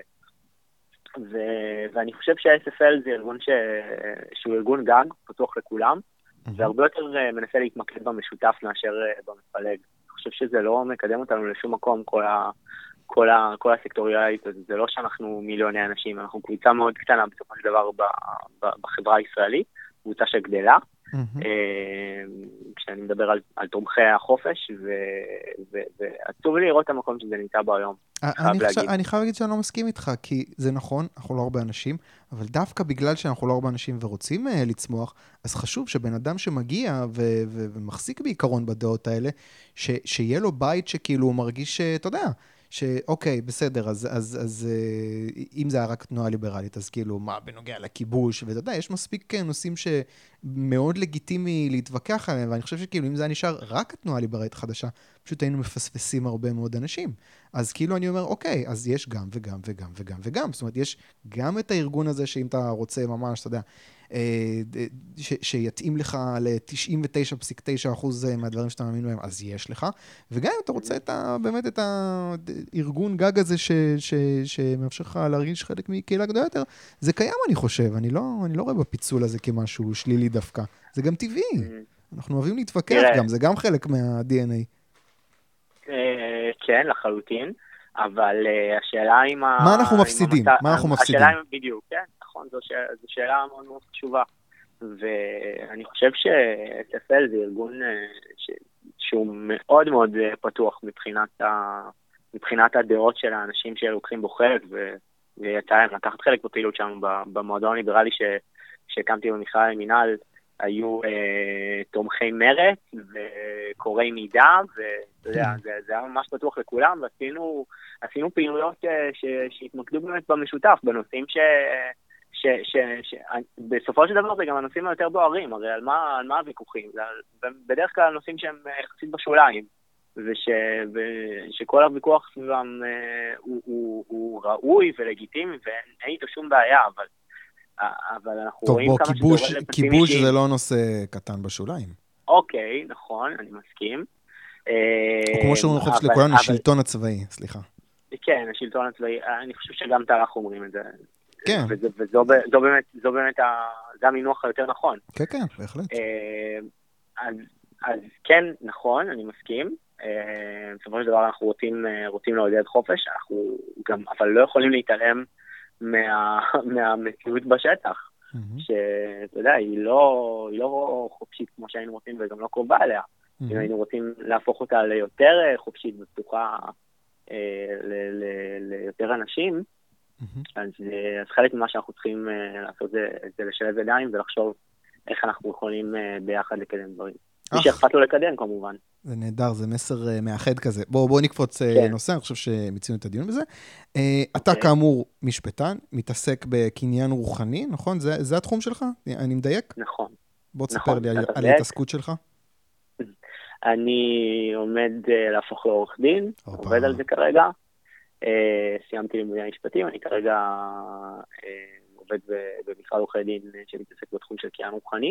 Speaker 2: ואני חושב שה-SFL זה ארגון שהוא ארגון גג, פתוח לכולם, והרבה יותר מנסה להתמקד במשותף מאשר במפלג. אני חושב שזה לא מקדם אותנו לשום מקום, כל הסקטוריאלית, זה לא שאנחנו מיליוני אנשים, אנחנו קבוצה מאוד קטנה בסופו של דבר בחברה הישראלית, קבוצה שגדלה, כשאני מדבר על תומכי החופש, ועצוב לי לראות את המקום שזה נמצא בו היום.
Speaker 1: אני חייב להגיד שאני לא מסכים איתך, כי זה נכון, אנחנו לא הרבה אנשים, אבל דווקא בגלל שאנחנו לא הרבה אנשים ורוצים לצמוח, אז חשוב שבן אדם שמגיע ומחזיק בעיקרון בדעות האלה, שיהיה לו בית שכאילו הוא מרגיש, אתה יודע, שאוקיי, בסדר, אז אם זה היה רק תנועה ליברלית, אז כאילו, מה, בנוגע לכיבוש, ואתה יודע, יש מספיק נושאים שמאוד לגיטימי להתווכח עליהם, ואני חושב שכאילו, אם זה היה נשאר רק התנועה הליברלית חדשה, פשוט היינו מפספסים הרבה מאוד אנשים. אז כאילו אני אומר, אוקיי, אז יש גם וגם וגם וגם וגם. זאת אומרת, יש גם את הארגון הזה, שאם אתה רוצה ממש, אתה יודע, שיתאים לך ל-99.9% מהדברים שאתה מאמין בהם, אז יש לך. וגם אם אתה רוצה באמת את הארגון גג הזה שמאפשר לך להרגיש חלק מקהילה גדולה יותר, זה קיים, אני חושב. אני לא רואה בפיצול הזה כמשהו שלילי דווקא. זה גם טבעי. אנחנו אוהבים להתווכח גם, זה גם חלק מה-DNA.
Speaker 2: כן, לחלוטין. אבל השאלה עם
Speaker 1: מה אנחנו מפסידים? מה אנחנו מפסידים?
Speaker 2: השאלה בדיוק, כן, נכון, זו שאלה מאוד מאוד חשובה. ואני חושב ש-SFL זה ארגון שהוא מאוד מאוד פתוח מבחינת הדעות של האנשים שלוקחים בו חלק, ויצא להם לקחת חלק בפעילות שלנו במועדון הליברלי שהקמתי במכלל המינהל, היו תומכי מרץ וקוראי מידע, ואתה יודע, זה היה ממש פתוח לכולם, ועשינו פעילויות שהתמקדו באמת במשותף, בנושאים בסופו של דבר זה גם הנושאים היותר בוערים, הרי על מה הוויכוחים? בדרך כלל נושאים שהם יחסית בשוליים, ושכל הוויכוח סביבם הוא ראוי ולגיטימי, ואין איתו שום בעיה, אבל אנחנו רואים כמה
Speaker 1: טוב, כיבוש זה לא נושא קטן בשוליים.
Speaker 2: אוקיי, נכון, אני מסכים.
Speaker 1: או כמו שאומרים חופש לכולנו, השלטון הצבאי, סליחה.
Speaker 2: כן, השלטון הצבאי, אני חושב שגם תלך אומרים את זה.
Speaker 1: כן.
Speaker 2: וזו באמת, זה המינוח היותר נכון.
Speaker 1: כן, כן, בהחלט.
Speaker 2: אז כן, נכון, אני מסכים. בסופו של דבר אנחנו רוצים לעודד חופש, אנחנו גם, אבל לא יכולים להתעלם מהמציאות בשטח, שאתה יודע, היא לא חופשית כמו שהיינו רוצים וגם לא קרובה אליה. אם היינו רוצים להפוך אותה ליותר חופשית ופתוחה ליותר אנשים, אז חלק ממה שאנחנו צריכים לעשות זה לשלב ידיים ולחשוב איך אנחנו יכולים ביחד לקדם דברים. מי שאכפת לו לקדם כמובן.
Speaker 1: זה נהדר, זה מסר מאחד כזה. בואו נקפוץ נושא, אני חושב שמיצינו את הדיון בזה. אתה כאמור משפטן, מתעסק בקניין רוחני, נכון? זה התחום שלך? אני מדייק?
Speaker 2: נכון.
Speaker 1: בוא תספר לי על ההתעסקות שלך.
Speaker 2: אני עומד להפוך לעורך דין, עובד על זה כרגע. סיימתי לימודי המשפטים, אני כרגע עובד במשרד עורכי דין שמתעסק בתחום של קניין רוחני.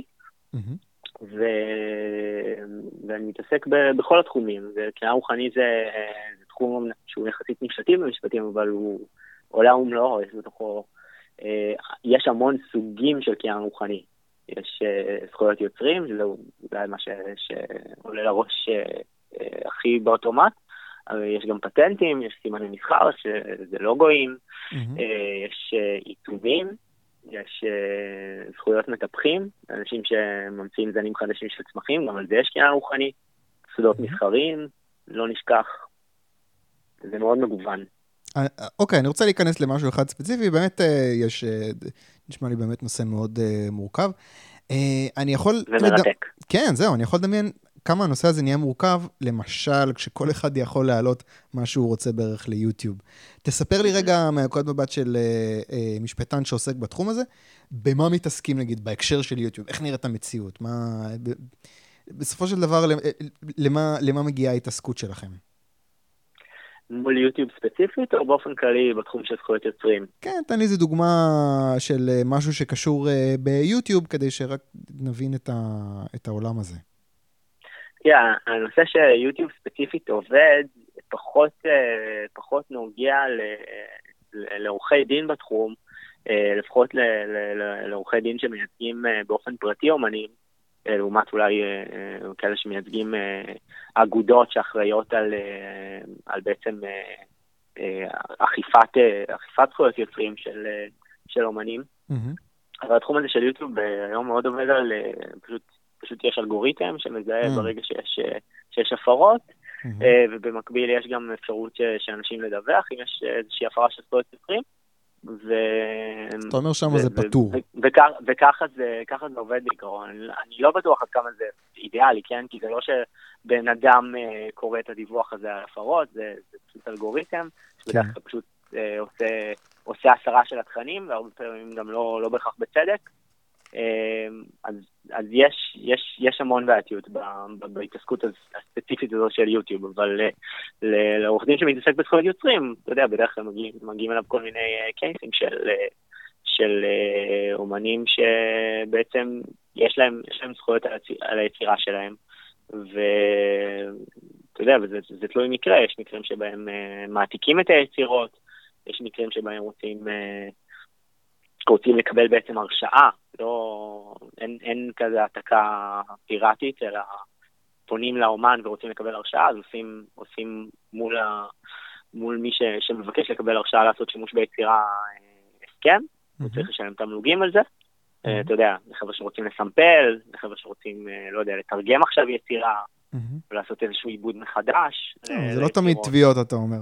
Speaker 2: ואני מתעסק בכל התחומים, וקניין רוחני זה תחום שהוא יחסית נפשטי במשפטים, אבל הוא עולם ומלואו, יש בתוכו, יש המון סוגים של קניין רוחני. יש זכויות יוצרים, שזה אולי מה שעולה לראש הכי באוטומט, אבל יש גם פטנטים, יש סימני מסחר, שזה לוגויים, יש עיצובים, יש זכויות מטפחים, אנשים שממציאים זנים חדשים של צמחים, גם על זה יש קניין רוחני, סודות מסחריים, לא נשכח, זה מאוד מגוון.
Speaker 1: אוקיי, אני רוצה להיכנס למשהו אחד ספציפי, באמת נשמע לי באמת נושא מאוד מורכב. אני יכול...
Speaker 2: ומרתק.
Speaker 1: כן, זהו, אני יכול לדמיין כמה הנושא הזה נהיה מורכב, למשל, כשכל אחד יכול להעלות מה שהוא רוצה בערך ליוטיוב. תספר לי רגע מהנקודת מבט של משפטן שעוסק בתחום הזה, במה מתעסקים, נגיד, בהקשר של יוטיוב? איך נראית המציאות? בסופו של דבר, למה מגיעה ההתעסקות שלכם?
Speaker 2: מול יוטיוב ספציפית, או באופן כללי בתחום של זכויות יוצרים?
Speaker 1: כן, תן לי איזה דוגמה של משהו שקשור ביוטיוב, כדי שרק נבין את העולם הזה.
Speaker 2: הנושא שיוטיוב ספציפית עובד, פחות נוגע לעורכי דין בתחום, לפחות לעורכי דין שמייצגים באופן פרטי אומנים, לעומת אולי כאלה שמייצגים אגודות שאחראיות על בעצם אכיפת זכויות יוצרים של אומנים. אבל התחום הזה של יוטיוב היום מאוד עובד על, פשוט יש אלגוריתם שמזהה ברגע שיש הפרות, ובמקביל יש גם אפשרות שאנשים לדווח אם יש איזושהי הפרה של זכויות יוצרים.
Speaker 1: אתה אומר שם זה פטור.
Speaker 2: וככה זה עובד בעיקרון. אני לא בטוח עד כמה זה אידיאלי, כן? כי זה לא שבן אדם קורא את הדיווח הזה על הפרות, זה פשוט אלגוריתם, שבדרך כלל פשוט עושה הסרה של התכנים, והרבה פעמים גם לא בהכרח בצדק. אז יש המון בעייתיות בהתעסקות הספציפית הזו של יוטיוב, אבל לעורך דין שמתעסק בזכויות יוצרים, אתה יודע, בדרך כלל מגיעים אליו כל מיני קייסים של אומנים שבעצם יש להם זכויות על היצירה שלהם, ואתה יודע, וזה תלוי מקרה, יש מקרים שבהם מעתיקים את היצירות, יש מקרים שבהם רוצים לקבל בעצם הרשאה, אין כזה העתקה פיראטית, אלא פונים לאומן ורוצים לקבל הרשאה, אז עושים מול מי שמבקש לקבל הרשאה לעשות שימוש ביצירה הסכם, הוא צריך לשלם תמלוגים על זה, אתה יודע, לחבר'ה שרוצים לסמפל, לחבר'ה שרוצים, לא יודע, לתרגם עכשיו יצירה, ולעשות איזשהו עיבוד מחדש.
Speaker 1: זה לא תמיד תביעות, אתה אומר.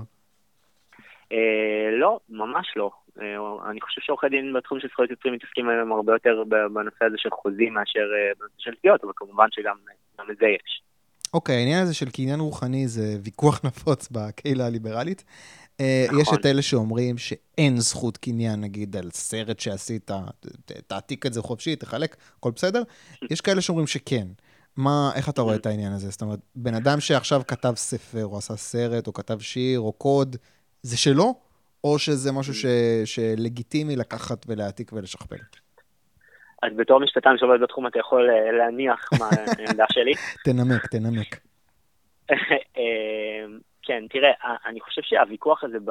Speaker 2: לא, ממש לא. אני חושב שעורכי דין בתחום של זכויות יוצרים מתעסקים היום הרבה יותר בנושא הזה של חוזים מאשר בנושא של תביעות, אבל כמובן שגם את זה יש.
Speaker 1: אוקיי, העניין הזה של קניין רוחני זה ויכוח נפוץ בקהילה הליברלית. יש את אלה שאומרים שאין זכות קניין, נגיד, על סרט שעשית, תעתיק את זה חופשי, תחלק, הכל בסדר. יש כאלה שאומרים שכן. איך אתה רואה את העניין הזה? זאת אומרת, בן אדם שעכשיו כתב ספר, או עשה סרט, או כתב שיר, או קוד, זה שלו? או שזה משהו שלגיטימי לקחת ולהעתיק ולשכפל?
Speaker 2: אז בתור משפטן שעובד בתחום, אתה יכול להניח מה העמדה שלי.
Speaker 1: תנמק.
Speaker 2: כן, תראה, אני חושב שהוויכוח הזה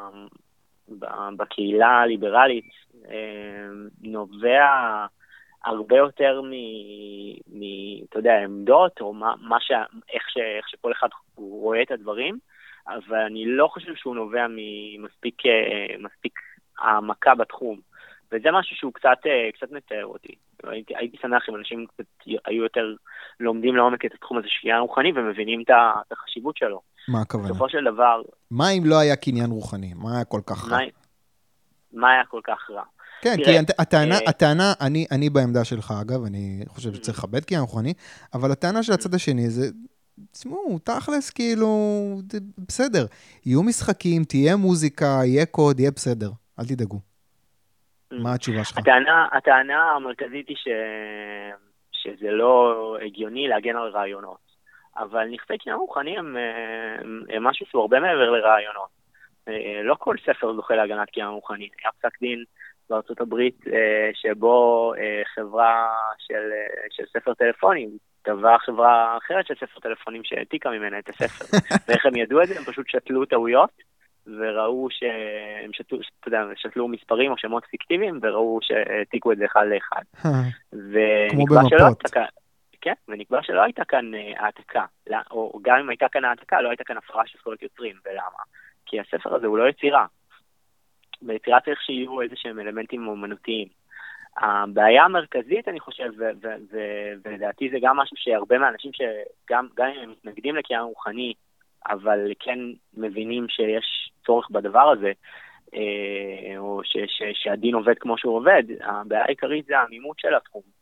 Speaker 2: בקהילה הליברלית נובע הרבה יותר אתה יודע, עמדות, או איך שכל אחד רואה את הדברים, אבל אני לא חושב שהוא נובע ממספיק העמקה בתחום. וזה משהו שהוא קצת מתאר אותי. הייתי שמח אם אנשים קצת היו יותר לומדים לעומק את התחום הזה של קניין רוחני, ומבינים את החשיבות שלו.
Speaker 1: מה הכוונה?
Speaker 2: בסופו של דבר...
Speaker 1: מה אם לא היה קניין רוחני? מה היה כל כך רע?
Speaker 2: מה היה כל כך רע?
Speaker 1: כן, כי הטענה, אני בעמדה שלך, אגב, אני חושב שצריך לכבד קניין רוחני, אבל הטענה של הצד השני זה... תשמעו, תכלס כאילו, בסדר. יהיו משחקים, תהיה מוזיקה, יהיה קוד, יהיה בסדר. אל תדאגו. מה התשובה שלך?
Speaker 2: הטענה המרכזית היא שזה לא הגיוני להגן על רעיונות. אבל נכסי קניין רוחני הם משהו שהוא הרבה מעבר לרעיונות. לא כל ספר זוכה להגנת קניין רוחני. היה פסק דין בארצות הברית שבו חברה של ספר טלפונים, טבעה חברה אחרת של ספר טלפונים שהעתיקה ממנה את הספר. ואיך הם ידעו את זה? הם פשוט שתלו טעויות, וראו שהם שתלו מספרים או שמות פיקטיביים, וראו שהעתיקו את זה אחד לאחד.
Speaker 1: כמו במפות.
Speaker 2: כן, ונקבע שלא הייתה כאן העתקה, או גם אם הייתה כאן העתקה, לא הייתה כאן הפרה של זכויות יוצרים. ולמה? כי הספר הזה הוא לא יצירה. ביצירה צריך שיהיו איזשהם אלמנטים אומנותיים. הבעיה המרכזית, אני חושב, ולדעתי זה גם משהו שהרבה מהאנשים שגם אם הם מתנגדים לקניין רוחני, אבל כן מבינים שיש צורך בדבר הזה, או שהדין עובד כמו שהוא עובד, הבעיה העיקרית זה העמימות של התחום.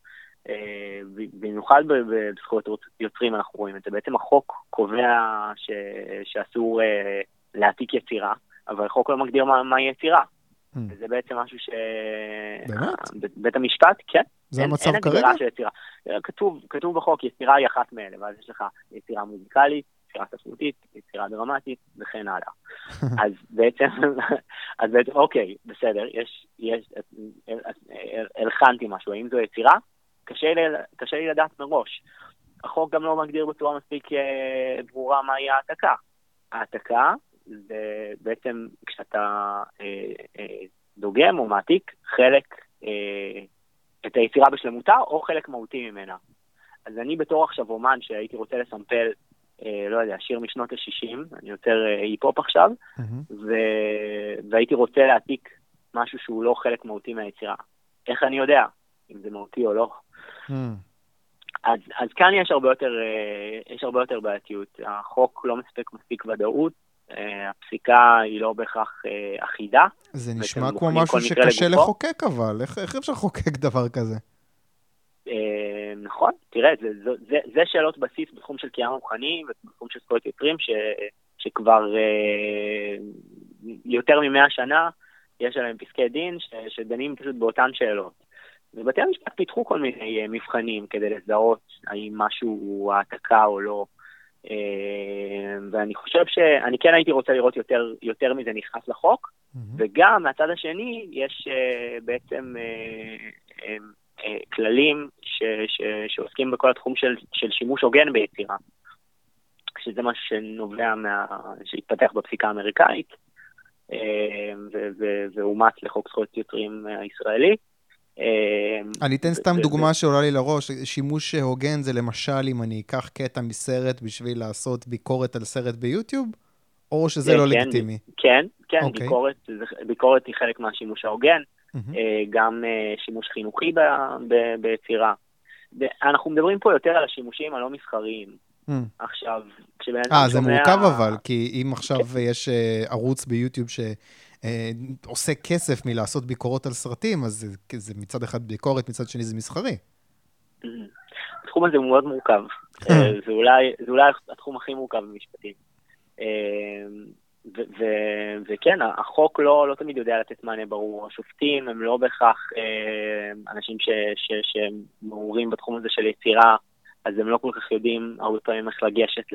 Speaker 2: במיוחד בזכויות יוצרים אנחנו רואים את זה. בעצם החוק קובע שאסור להעתיק יצירה, אבל החוק לא מגדיר מהי יצירה. וזה בעצם משהו בית המשפט, כן.
Speaker 1: זה המצב כרגע?
Speaker 2: אין הגדרה של יצירה. כתוב בחוק, יצירה היא אחת מאלה, ואז יש לך יצירה מוזיקלית, יצירה ספרותית, יצירה דרמטית, וכן הלאה. אז בעצם, אוקיי, בסדר, הלחנתי משהו, האם זו יצירה? קשה לי לדעת מראש. החוק גם לא מגדיר בצורה מספיק ברורה מהי העתקה. העתקה זה בעצם כשאתה דוגם או מעתיק חלק, את היצירה בשלמותה או חלק מהותי ממנה. אז אני בתור עכשיו אומן שהייתי רוצה לסמפל, לא יודע, שיר משנות ה-60, אני יותר היפ-הופ עכשיו, והייתי רוצה להעתיק משהו שהוא לא חלק מהותי מהיצירה. איך אני יודע אם זה מהותי או לא? אז כאן יש הרבה יותר בעייתיות. החוק לא מספיק ודאות, הפסיקה היא לא בהכרח אחידה.
Speaker 1: זה נשמע כמו משהו שקשה לחוקק, אבל איך אפשר לחוקק דבר כזה?
Speaker 2: נכון, תראה, זה שאלות בסיס בתחום של קניין רוחני ובתחום של זכויות יוצרים, שכבר יותר מ100 שנה יש עליהם פסקי דין שדנים פשוט באותן שאלות. ובתי המשפט פיתחו כל מיני מבחנים כדי לזהות האם משהו הוא העתקה או לא. ואני חושב שאני כן הייתי רוצה לראות יותר מזה נכנס לחוק, וגם מהצד השני יש בעצם כללים שעוסקים בכל התחום של שימוש הוגן ביצירה, שזה מה שנובע שהתפתח בפסיקה האמריקאית, ואומץ לחוק זכויות יוצרים הישראלי.
Speaker 1: אני אתן סתם דוגמה שעולה לי לראש. שימוש הוגן זה למשל אם אני אקח קטע מסרט בשביל לעשות ביקורת על סרט ביוטיוב, או שזה לא לגיטימי?
Speaker 2: כן, ביקורת היא חלק מהשימוש ההוגן, גם שימוש חינוכי ביצירה. אנחנו מדברים פה יותר על השימושים הלא מסחריים. עכשיו,
Speaker 1: זה מורכב אבל, כי אם עכשיו יש ערוץ ביוטיוב עושה כסף מלעשות ביקורות על סרטים, אז זה מצד אחד ביקורת, מצד שני זה מסחרי.
Speaker 2: התחום הזה הוא מאוד מורכב. זה אולי התחום הכי מורכב במשפטים. וכן, החוק לא תמיד יודע לתת מענה ברור. השופטים הם לא בהכרח אנשים שמעורים בתחום הזה של יצירה, אז הם לא כל כך יודעים הרבה פעמים איך לגשת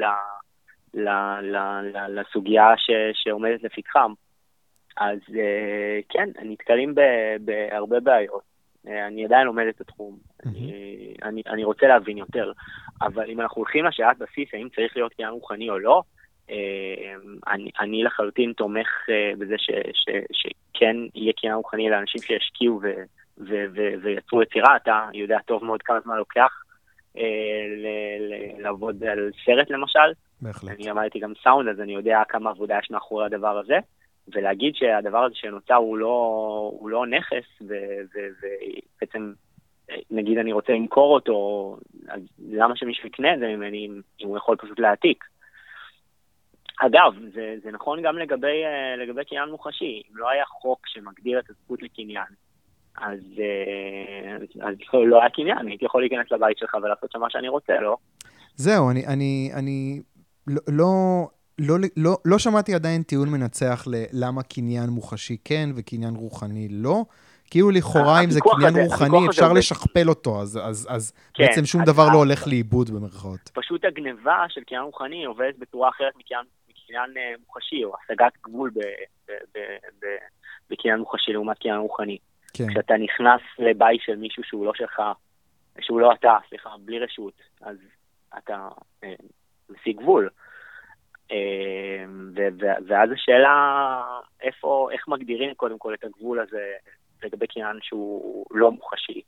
Speaker 2: לסוגיה שעומדת לפתחם. אז כן, נתקלים בהרבה בעיות. אני עדיין לומד את התחום. אני רוצה להבין יותר. אבל אם אנחנו הולכים לשאלת בסיס, האם צריך להיות קניין רוחני או לא, אני לחלוטין תומך בזה שכן יהיה קניין רוחני לאנשים שישקיעו ויצרו יצירה. אתה יודע טוב מאוד כמה זמן לוקח לעבוד על סרט למשל. אני אמרתי גם סאונד, אז אני יודע כמה עבודה יש מאחורי הדבר הזה. ולהגיד שהדבר הזה שנוצר הוא לא נכס, ובעצם נגיד אני רוצה למכור אותו, אז למה שמישהו יקנה את זה ממני אם הוא יכול פשוט להעתיק? אגב, זה נכון גם לגבי קניין מוחשי. אם לא היה חוק שמגדיר את הזכות לקניין, אז לא היה קניין, הייתי יכול להיכנס לבית שלך ולעשות שם מה שאני רוצה, לא?
Speaker 1: זהו, אני לא שמעתי עדיין טיעון מנצח ללמה קניין מוחשי כן וקניין רוחני לא. כאילו לכאורה אם זה קניין רוחני אפשר לשכפל אותו, אז בעצם שום דבר לא הולך לאיבוד במרכאות.
Speaker 2: פשוט הגניבה של קניין רוחני עובדת בצורה אחרת מקניין מוחשי, או השגת גבול בקניין מוחשי לעומת קניין רוחני. כשאתה נכנס לבית של מישהו שהוא לא שלך, שהוא לא אתה, סליחה, בלי רשות, אז אתה משיג גבול. ואז השאלה איך מגדירים קודם כל את הגבול הזה לגבי קניין שהוא לא מוחשי,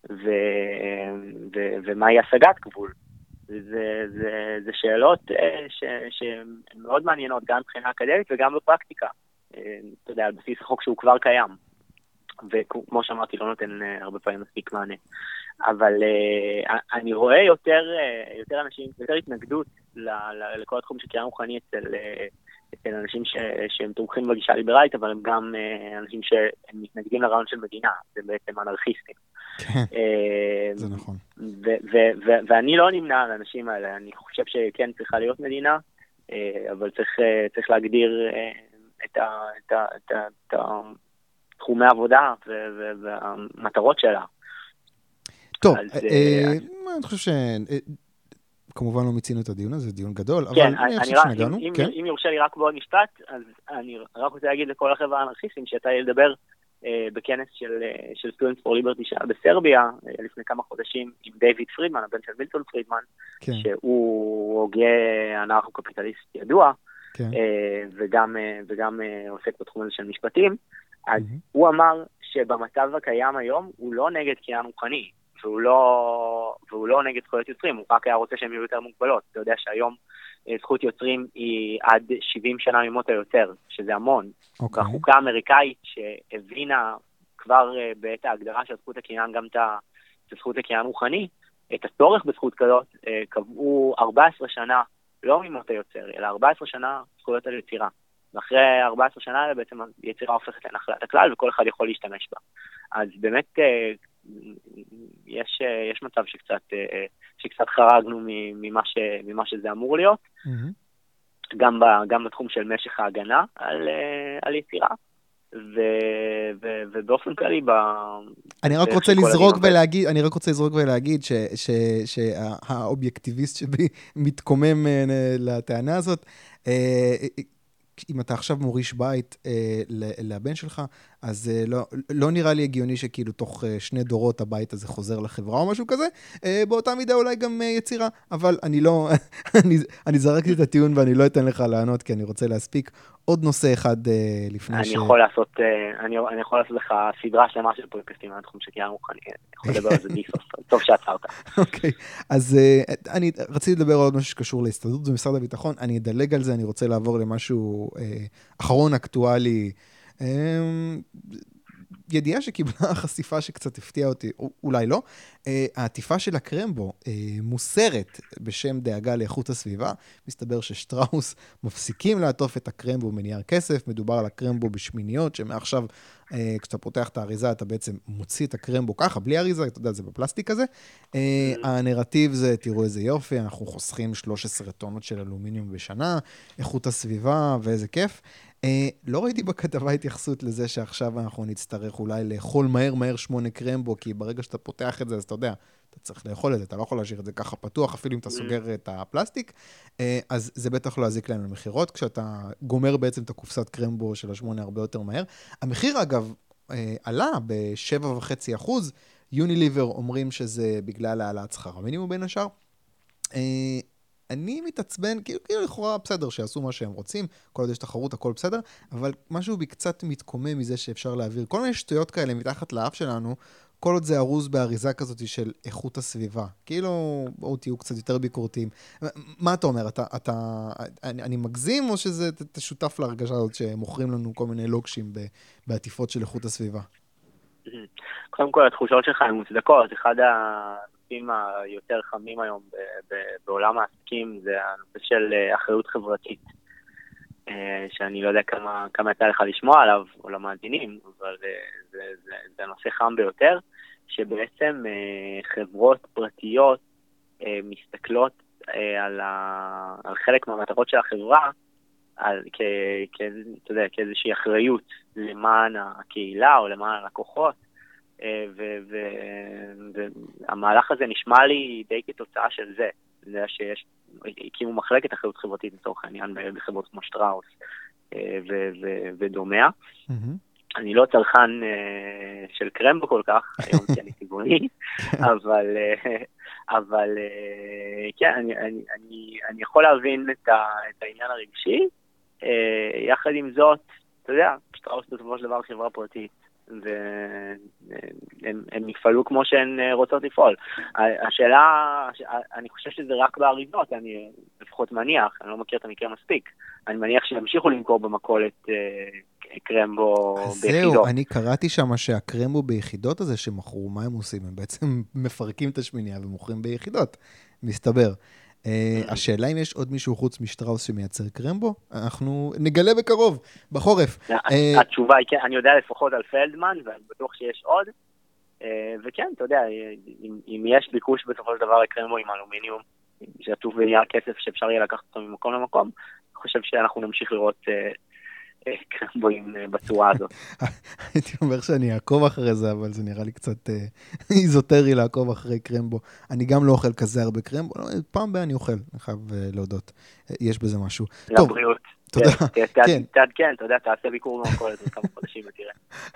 Speaker 2: ומהי השגת גבול. זה שאלות שהן מאוד מעניינות גם מבחינה אקדמית וגם בפרקטיקה, אתה יודע, על בסיס החוק שהוא כבר קיים, וכמו שאמרתי לא נותן הרבה פעמים מספיק מענה. אבל אני רואה יותר אנשים, יותר התנגדות לכל התחום של קניין רוחני אצל אנשים שהם תומכים בגישה ליברלית, אבל הם גם אנשים שהם מתנגדים לרעיון של מדינה, זה בעצם אנרכיסטים.
Speaker 1: כן, זה נכון.
Speaker 2: ואני לא נמנע על האנשים האלה, אני חושב שכן צריכה להיות מדינה, אבל צריך להגדיר את תחומי העבודה והמטרות שלה.
Speaker 1: טוב, אני חושב ש... כמובן לא מיצינו את הדיון הזה, זה דיון גדול, אבל אני חושב שנגענו.
Speaker 2: אם יורשה לי רק בעוד משפט, אז אני רק רוצה להגיד לכל החבר'ה האנרכיסטים, שיצא לי לדבר בכנס של Students for Liberty שהיה בסרביה, לפני כמה חודשים, עם דיוויד פרידמן, הבן של מילטון פרידמן, שהוא הוגה אנרכו-קפיטליסט ידוע, וגם עוסק בתחום הזה של משפטים, אז הוא אמר שבמצב הקיים היום הוא לא נגד קניין רוחני, והוא לא נגד זכויות יוצרים, הוא רק היה רוצה שהם יהיו יותר מוגבלות. אתה יודע שהיום זכות יוצרים היא עד 70 שנה ממות היוצר, שזה המון. והחוקה האמריקאית שהבינה כבר בעת ההגדרה של זכות הקניין גם את זכות הקניין רוחני, את הצורך בזכות כזאת, קבעו 14 שנה, לא ממות היוצר, אלא 14 שנה זכויות על יצירה. ואחרי 14 שנה האלה בעצם היצירה הופכת לנחלת הכלל, וכל אחד יכול להשתמש בה. אז באמת יש מצב שקצת חרגנו ממה שזה אמור להיות, גם בתחום של משך ההגנה על יצירה, ובאופן כללי
Speaker 1: אני רק רוצה לזרוק ולהגיד שהאובייקטיביסט שבי מתקומם לטענה הזאת, אם אתה עכשיו מוריש בית לבן שלך, אז לא נראה לי הגיוני שכאילו תוך 2 דורות הבית הזה חוזר לחברה או משהו כזה, באותה מידה אולי גם יצירה, אבל אני לא, אני זרקתי את הטיעון ואני לא אתן לך לענות, כי אני רוצה להספיק עוד נושא אחד לפני
Speaker 2: אני יכול לעשות לך סדרה שלמה של פודקאסטים על תחום שקיים רוחני, אני יכול לדבר על זה ביסוס, טוב שעצרת.
Speaker 1: אוקיי, אז אני רציתי לדבר על עוד משהו שקשור להסתדרות במשרד הביטחון, אני אדלג על זה, אני רוצה לעבור למשהו אחרון אקטואלי, ידיעה שקיבלה חשיפה שקצת הפתיעה אותי, אולי לא, העטיפה של הקרמבו מוסרת בשם דאגה לאיכות הסביבה, מסתבר ששטראוס מפסיקים לעטוף את הקרמבו מנייר כסף, מדובר על הקרמבו בשמיניות, שמעכשיו כשאתה פותח את האריזה אתה בעצם מוציא את הקרמבו ככה, בלי אריזה, אתה יודע, זה בפלסטיק הזה. הנרטיב זה, תראו איזה יופי, אנחנו חוסכים 13 טונות של אלומיניום בשנה, איכות הסביבה ואיזה כיף. לא ראיתי בכתבה התייחסות לזה שעכשיו אנחנו נצטרך אולי לאכול מהר 8 קרמבו, כי ברגע שאתה פותח את זה, אז אתה יודע, אתה צריך לאכול את זה, אתה לא יכול להשאיר את זה ככה פתוח, אפילו אם אתה סוגר את הפלסטיק, אז זה בטח לא יזיק להם למחירות, כשאתה גומר בעצם את הקופסת קרמבו של 8 הרבה יותר מהר. המחיר אגב עלה ב7.5%, יוניליבר אומרים שזה בגלל העלאת שכר המינימום בין השאר. אני מתעצבן, כאילו לכאורה בסדר שיעשו מה שהם רוצים, כל עוד יש תחרות הכל בסדר, אבל משהו בי קצת מתקומם מזה שאפשר להעביר. כל מיני שטויות כאלה מתחת לאף שלנו, כל עוד זה ארוז באריזה כזאת של איכות הסביבה. כאילו, בואו תהיו קצת יותר ביקורתיים. מה אתה אומר? אני מגזים או שזה תשותף להרגשה הזאת שמוכרים לנו כל מיני לוקשים בעטיפות של איכות הסביבה?
Speaker 2: קודם כל, התחושות שלך הן מוצדקות. אחד הנושאים היותר חמים היום בעולם העסקים זה הנושא של אחריות חברתית, שאני לא יודע כמה יצא לך לשמוע עליו, או למאזינים, אבל זה נושא חם ביותר, שבעצם חברות פרטיות מסתכלות על חלק מהמטרות של החברה, כאיזושהי אחריות למען הקהילה או למען הלקוחות, והמהלך הזה נשמע לי די כתוצאה של זה. זה שיש, הקימו מחלקת אחריות חברתית לצורך העניין בחברות כמו שטראוס ודומיה. אני לא צרכן של קרמבו כל כך, היום כי אני טבעוני, אבל כן, אני יכול להבין את העניין הרגשי. יחד עם זאת, אתה יודע, שטראוס בסופו של דבר חברה פרטית, והם יפעלו כמו שהן רוצות לפעול. השאלה, אני חושב שזה רק באריזות, אני לפחות מניח, אני לא מכיר את המקרה מספיק, אני מניח שימשיכו למכור במכולת קרמבו ביחידות.
Speaker 1: זהו, אני קראתי שם שהקרמבו ביחידות הזה שמכרו, מה הם עושים? הם בעצם מפרקים את השמיניה ומוכרים ביחידות, מסתבר. השאלה אם יש עוד מישהו חוץ משטראוס שמייצר קרמבו? אנחנו נגלה בקרוב, בחורף.
Speaker 2: התשובה היא כן, אני יודע לפחות על פלדמן, ואני בטוח שיש עוד. וכן, אתה יודע, אם יש ביקוש בסופו של דבר לקרמבו עם אלומיניום, שעטוף בנייר כסף שאפשר יהיה לקחת אותו ממקום למקום, אני חושב שאנחנו נמשיך לראות קרמבוים בצורה הזאת.
Speaker 1: הייתי אומר שאני אעקוב אחרי זה, אבל זה נראה לי קצת איזוטרי לעקוב אחרי קרמבו. אני גם לא אוכל כזה הרבה קרמבו, פעם בה אני אוכל, אני חייב להודות. יש בזה משהו.
Speaker 2: לבריאות.
Speaker 1: תודה.
Speaker 2: כן, אתה יודע, תעשה ביקור במכולת עוד כמה חודשים ותראה.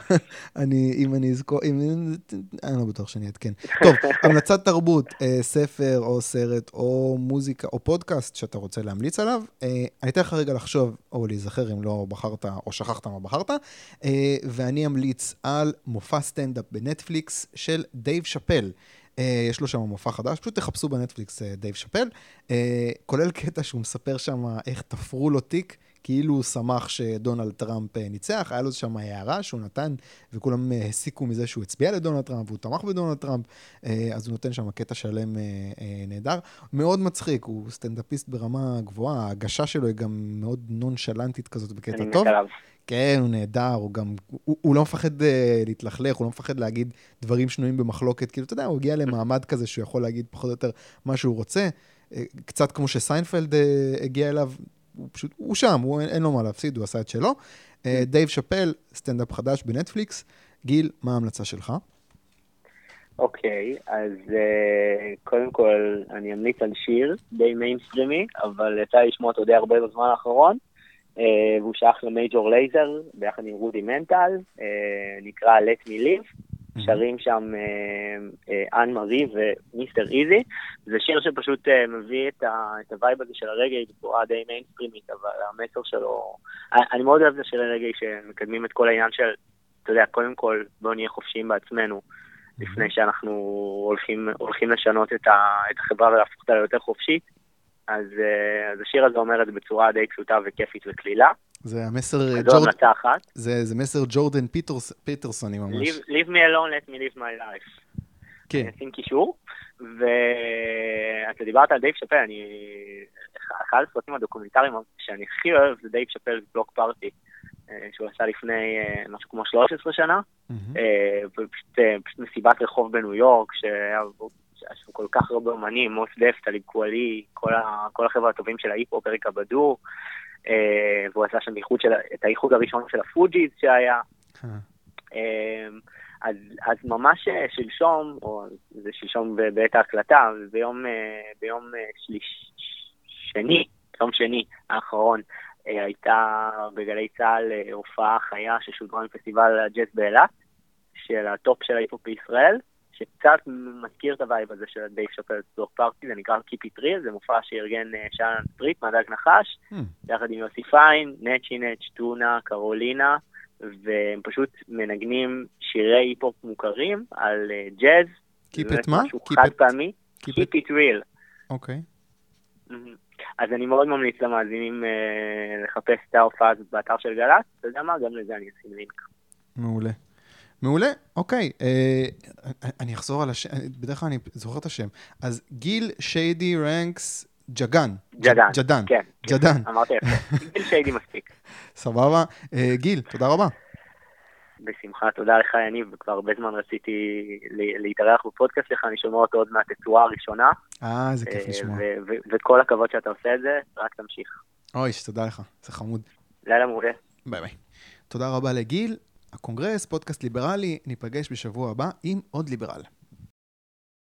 Speaker 1: אם אני אזכור, אני לא בטוח שאני אתקן. טוב, המלצת תרבות, ספר או סרט או מוזיקה או פודקאסט שאתה רוצה להמליץ עליו, אני אתן לך רגע לחשוב או להיזכר אם לא בחרת או שכחת מה בחרת, ואני אמליץ על מופע סטנדאפ בנטפליקס של דייב שאפל. יש לו שם מופע חדש, פשוט תחפשו בנטפליקס דייב שאפל, כולל קטע שהוא מספר שם איך תפרו לו תיק, כאילו הוא שמח שדונלד טראמפ ניצח, היה לו שם הערה שהוא נתן, וכולם הסיקו מזה שהוא הצביע לדונלד טראמפ, והוא תמך בדונלד טראמפ, אז הוא נותן שם קטע שלם נהדר, מאוד מצחיק, הוא סטנדאפיסט ברמה גבוהה, ההגשה שלו היא גם מאוד נונשלנטית כזאת בקטע טוב. כן, הוא נהדר, הוא לא מפחד להתלכלך, הוא לא מפחד להגיד דברים שנויים במחלוקת, כאילו, אתה יודע, הוא הגיע למעמד כזה שהוא יכול להגיד פחות או יותר מה שהוא רוצה, קצת כמו שסיינפלד הגיע אליו, הוא שם, אין לו מה להפסיד, הוא עשה את שלו. דייב שאפל, סטנדאפ חדש בנטפליקס. גיל, מה ההמלצה שלך?
Speaker 2: אוקיי, אז קודם כל אני אמליץ על שיר די מיינסטרימי, אבל יצא לשמוע אותו די הרבה בזמן האחרון, והוא שייך למייג'ור לייזר, ביחד עם רודי מנטל, נקרא Let Me Live, שרים שם אן מרי ומיסטר איזי, זה שיר שפשוט מביא את הווייב הזה של הרגעי בצורה די מיינסטרימית, אבל המסר שלו, אני מאוד אוהב את השירי רגעי שמקדמים את כל העניין של, אתה יודע, קודם כל בואו נהיה חופשיים בעצמנו, לפני שאנחנו הולכים לשנות את החברה ולהפוך אותה ליותר חופשית, אז השיר הזה אומר את זה בצורה די פשוטה וכיפית וכלילה.
Speaker 1: זה המסר זה מסר ג'ורדן פיטרסוני ממש.
Speaker 2: Leave me alone, let me live my life.
Speaker 1: כן.
Speaker 2: אני אשים קישור, ואתה דיברת על דייב שאפל, אחד הסרטים הדוקומנטריים שאני הכי אוהב זה דייב שאפל בלוק פארטי, שהוא עשה לפני משהו כמו 13 שנה, ופשוט מסיבת רחוב בניו יורק, שהיה כל כך הרבה אומנים, מוס דף, טליב קואלי, כל החבר'ה הטובים של ההיפ-הופ, אריקה בדור, והוא עשה שם את האיחוד הראשון של הפוג'יז שהיה. אז ממש שלשום, או זה שלשום בעת ההקלטה, ביום שני האחרון, הייתה בגלי צהל הופעה חיה ששודרה עם פסטיבל הג'אז באילת, של הטופ של ההיפ-הופ בישראל, שקצת מזכיר את הווייב הזה של דייב שאפל בלוק פארטי, זה נקרא Keep It Real, זה מופע שארגן שאנן סטריט, מהדג נחש, יחד עם יוסי פיין, נצ'י נץ', טונה, קרולינה, והם פשוט מנגנים שירי היפ-הופ מוכרים על ג'אז.
Speaker 1: Keep it מה?
Speaker 2: משהו חד פעמי. Keep It Real.
Speaker 1: אוקיי.
Speaker 2: אז אני מאוד ממליץ למאזינים לחפש את ההופעה הזאת באתר של גל"צ, אתה יודע מה? גם לזה אני אשים לינק.
Speaker 1: מעולה. מעולה, אוקיי. אני אחזור על השם, בדרך כלל אני זוכר את השם. אז גיל שיידי רנקס ג'דן. ג'דן.
Speaker 2: כן.
Speaker 1: ג'דן.
Speaker 2: אמרתי יפה. גיל שיידי מספיק.
Speaker 1: סבבה. גיל, תודה רבה.
Speaker 2: בשמחה, תודה לך יניב, וכבר הרבה זמן רציתי להתארח בפודקאסט שלך, אני שומע אותו עוד מהתצורה הראשונה.
Speaker 1: זה כיף לשמוע.
Speaker 2: וכל הכבוד שאתה עושה את זה, רק תמשיך.
Speaker 1: אוי, תודה לך, זה חמוד.
Speaker 2: לילה מעולה.
Speaker 1: ביי ביי. תודה רבה לגיל. הקונגרס, פודקאסט ליברלי, ניפגש בשבוע הבא עם עוד ליברל.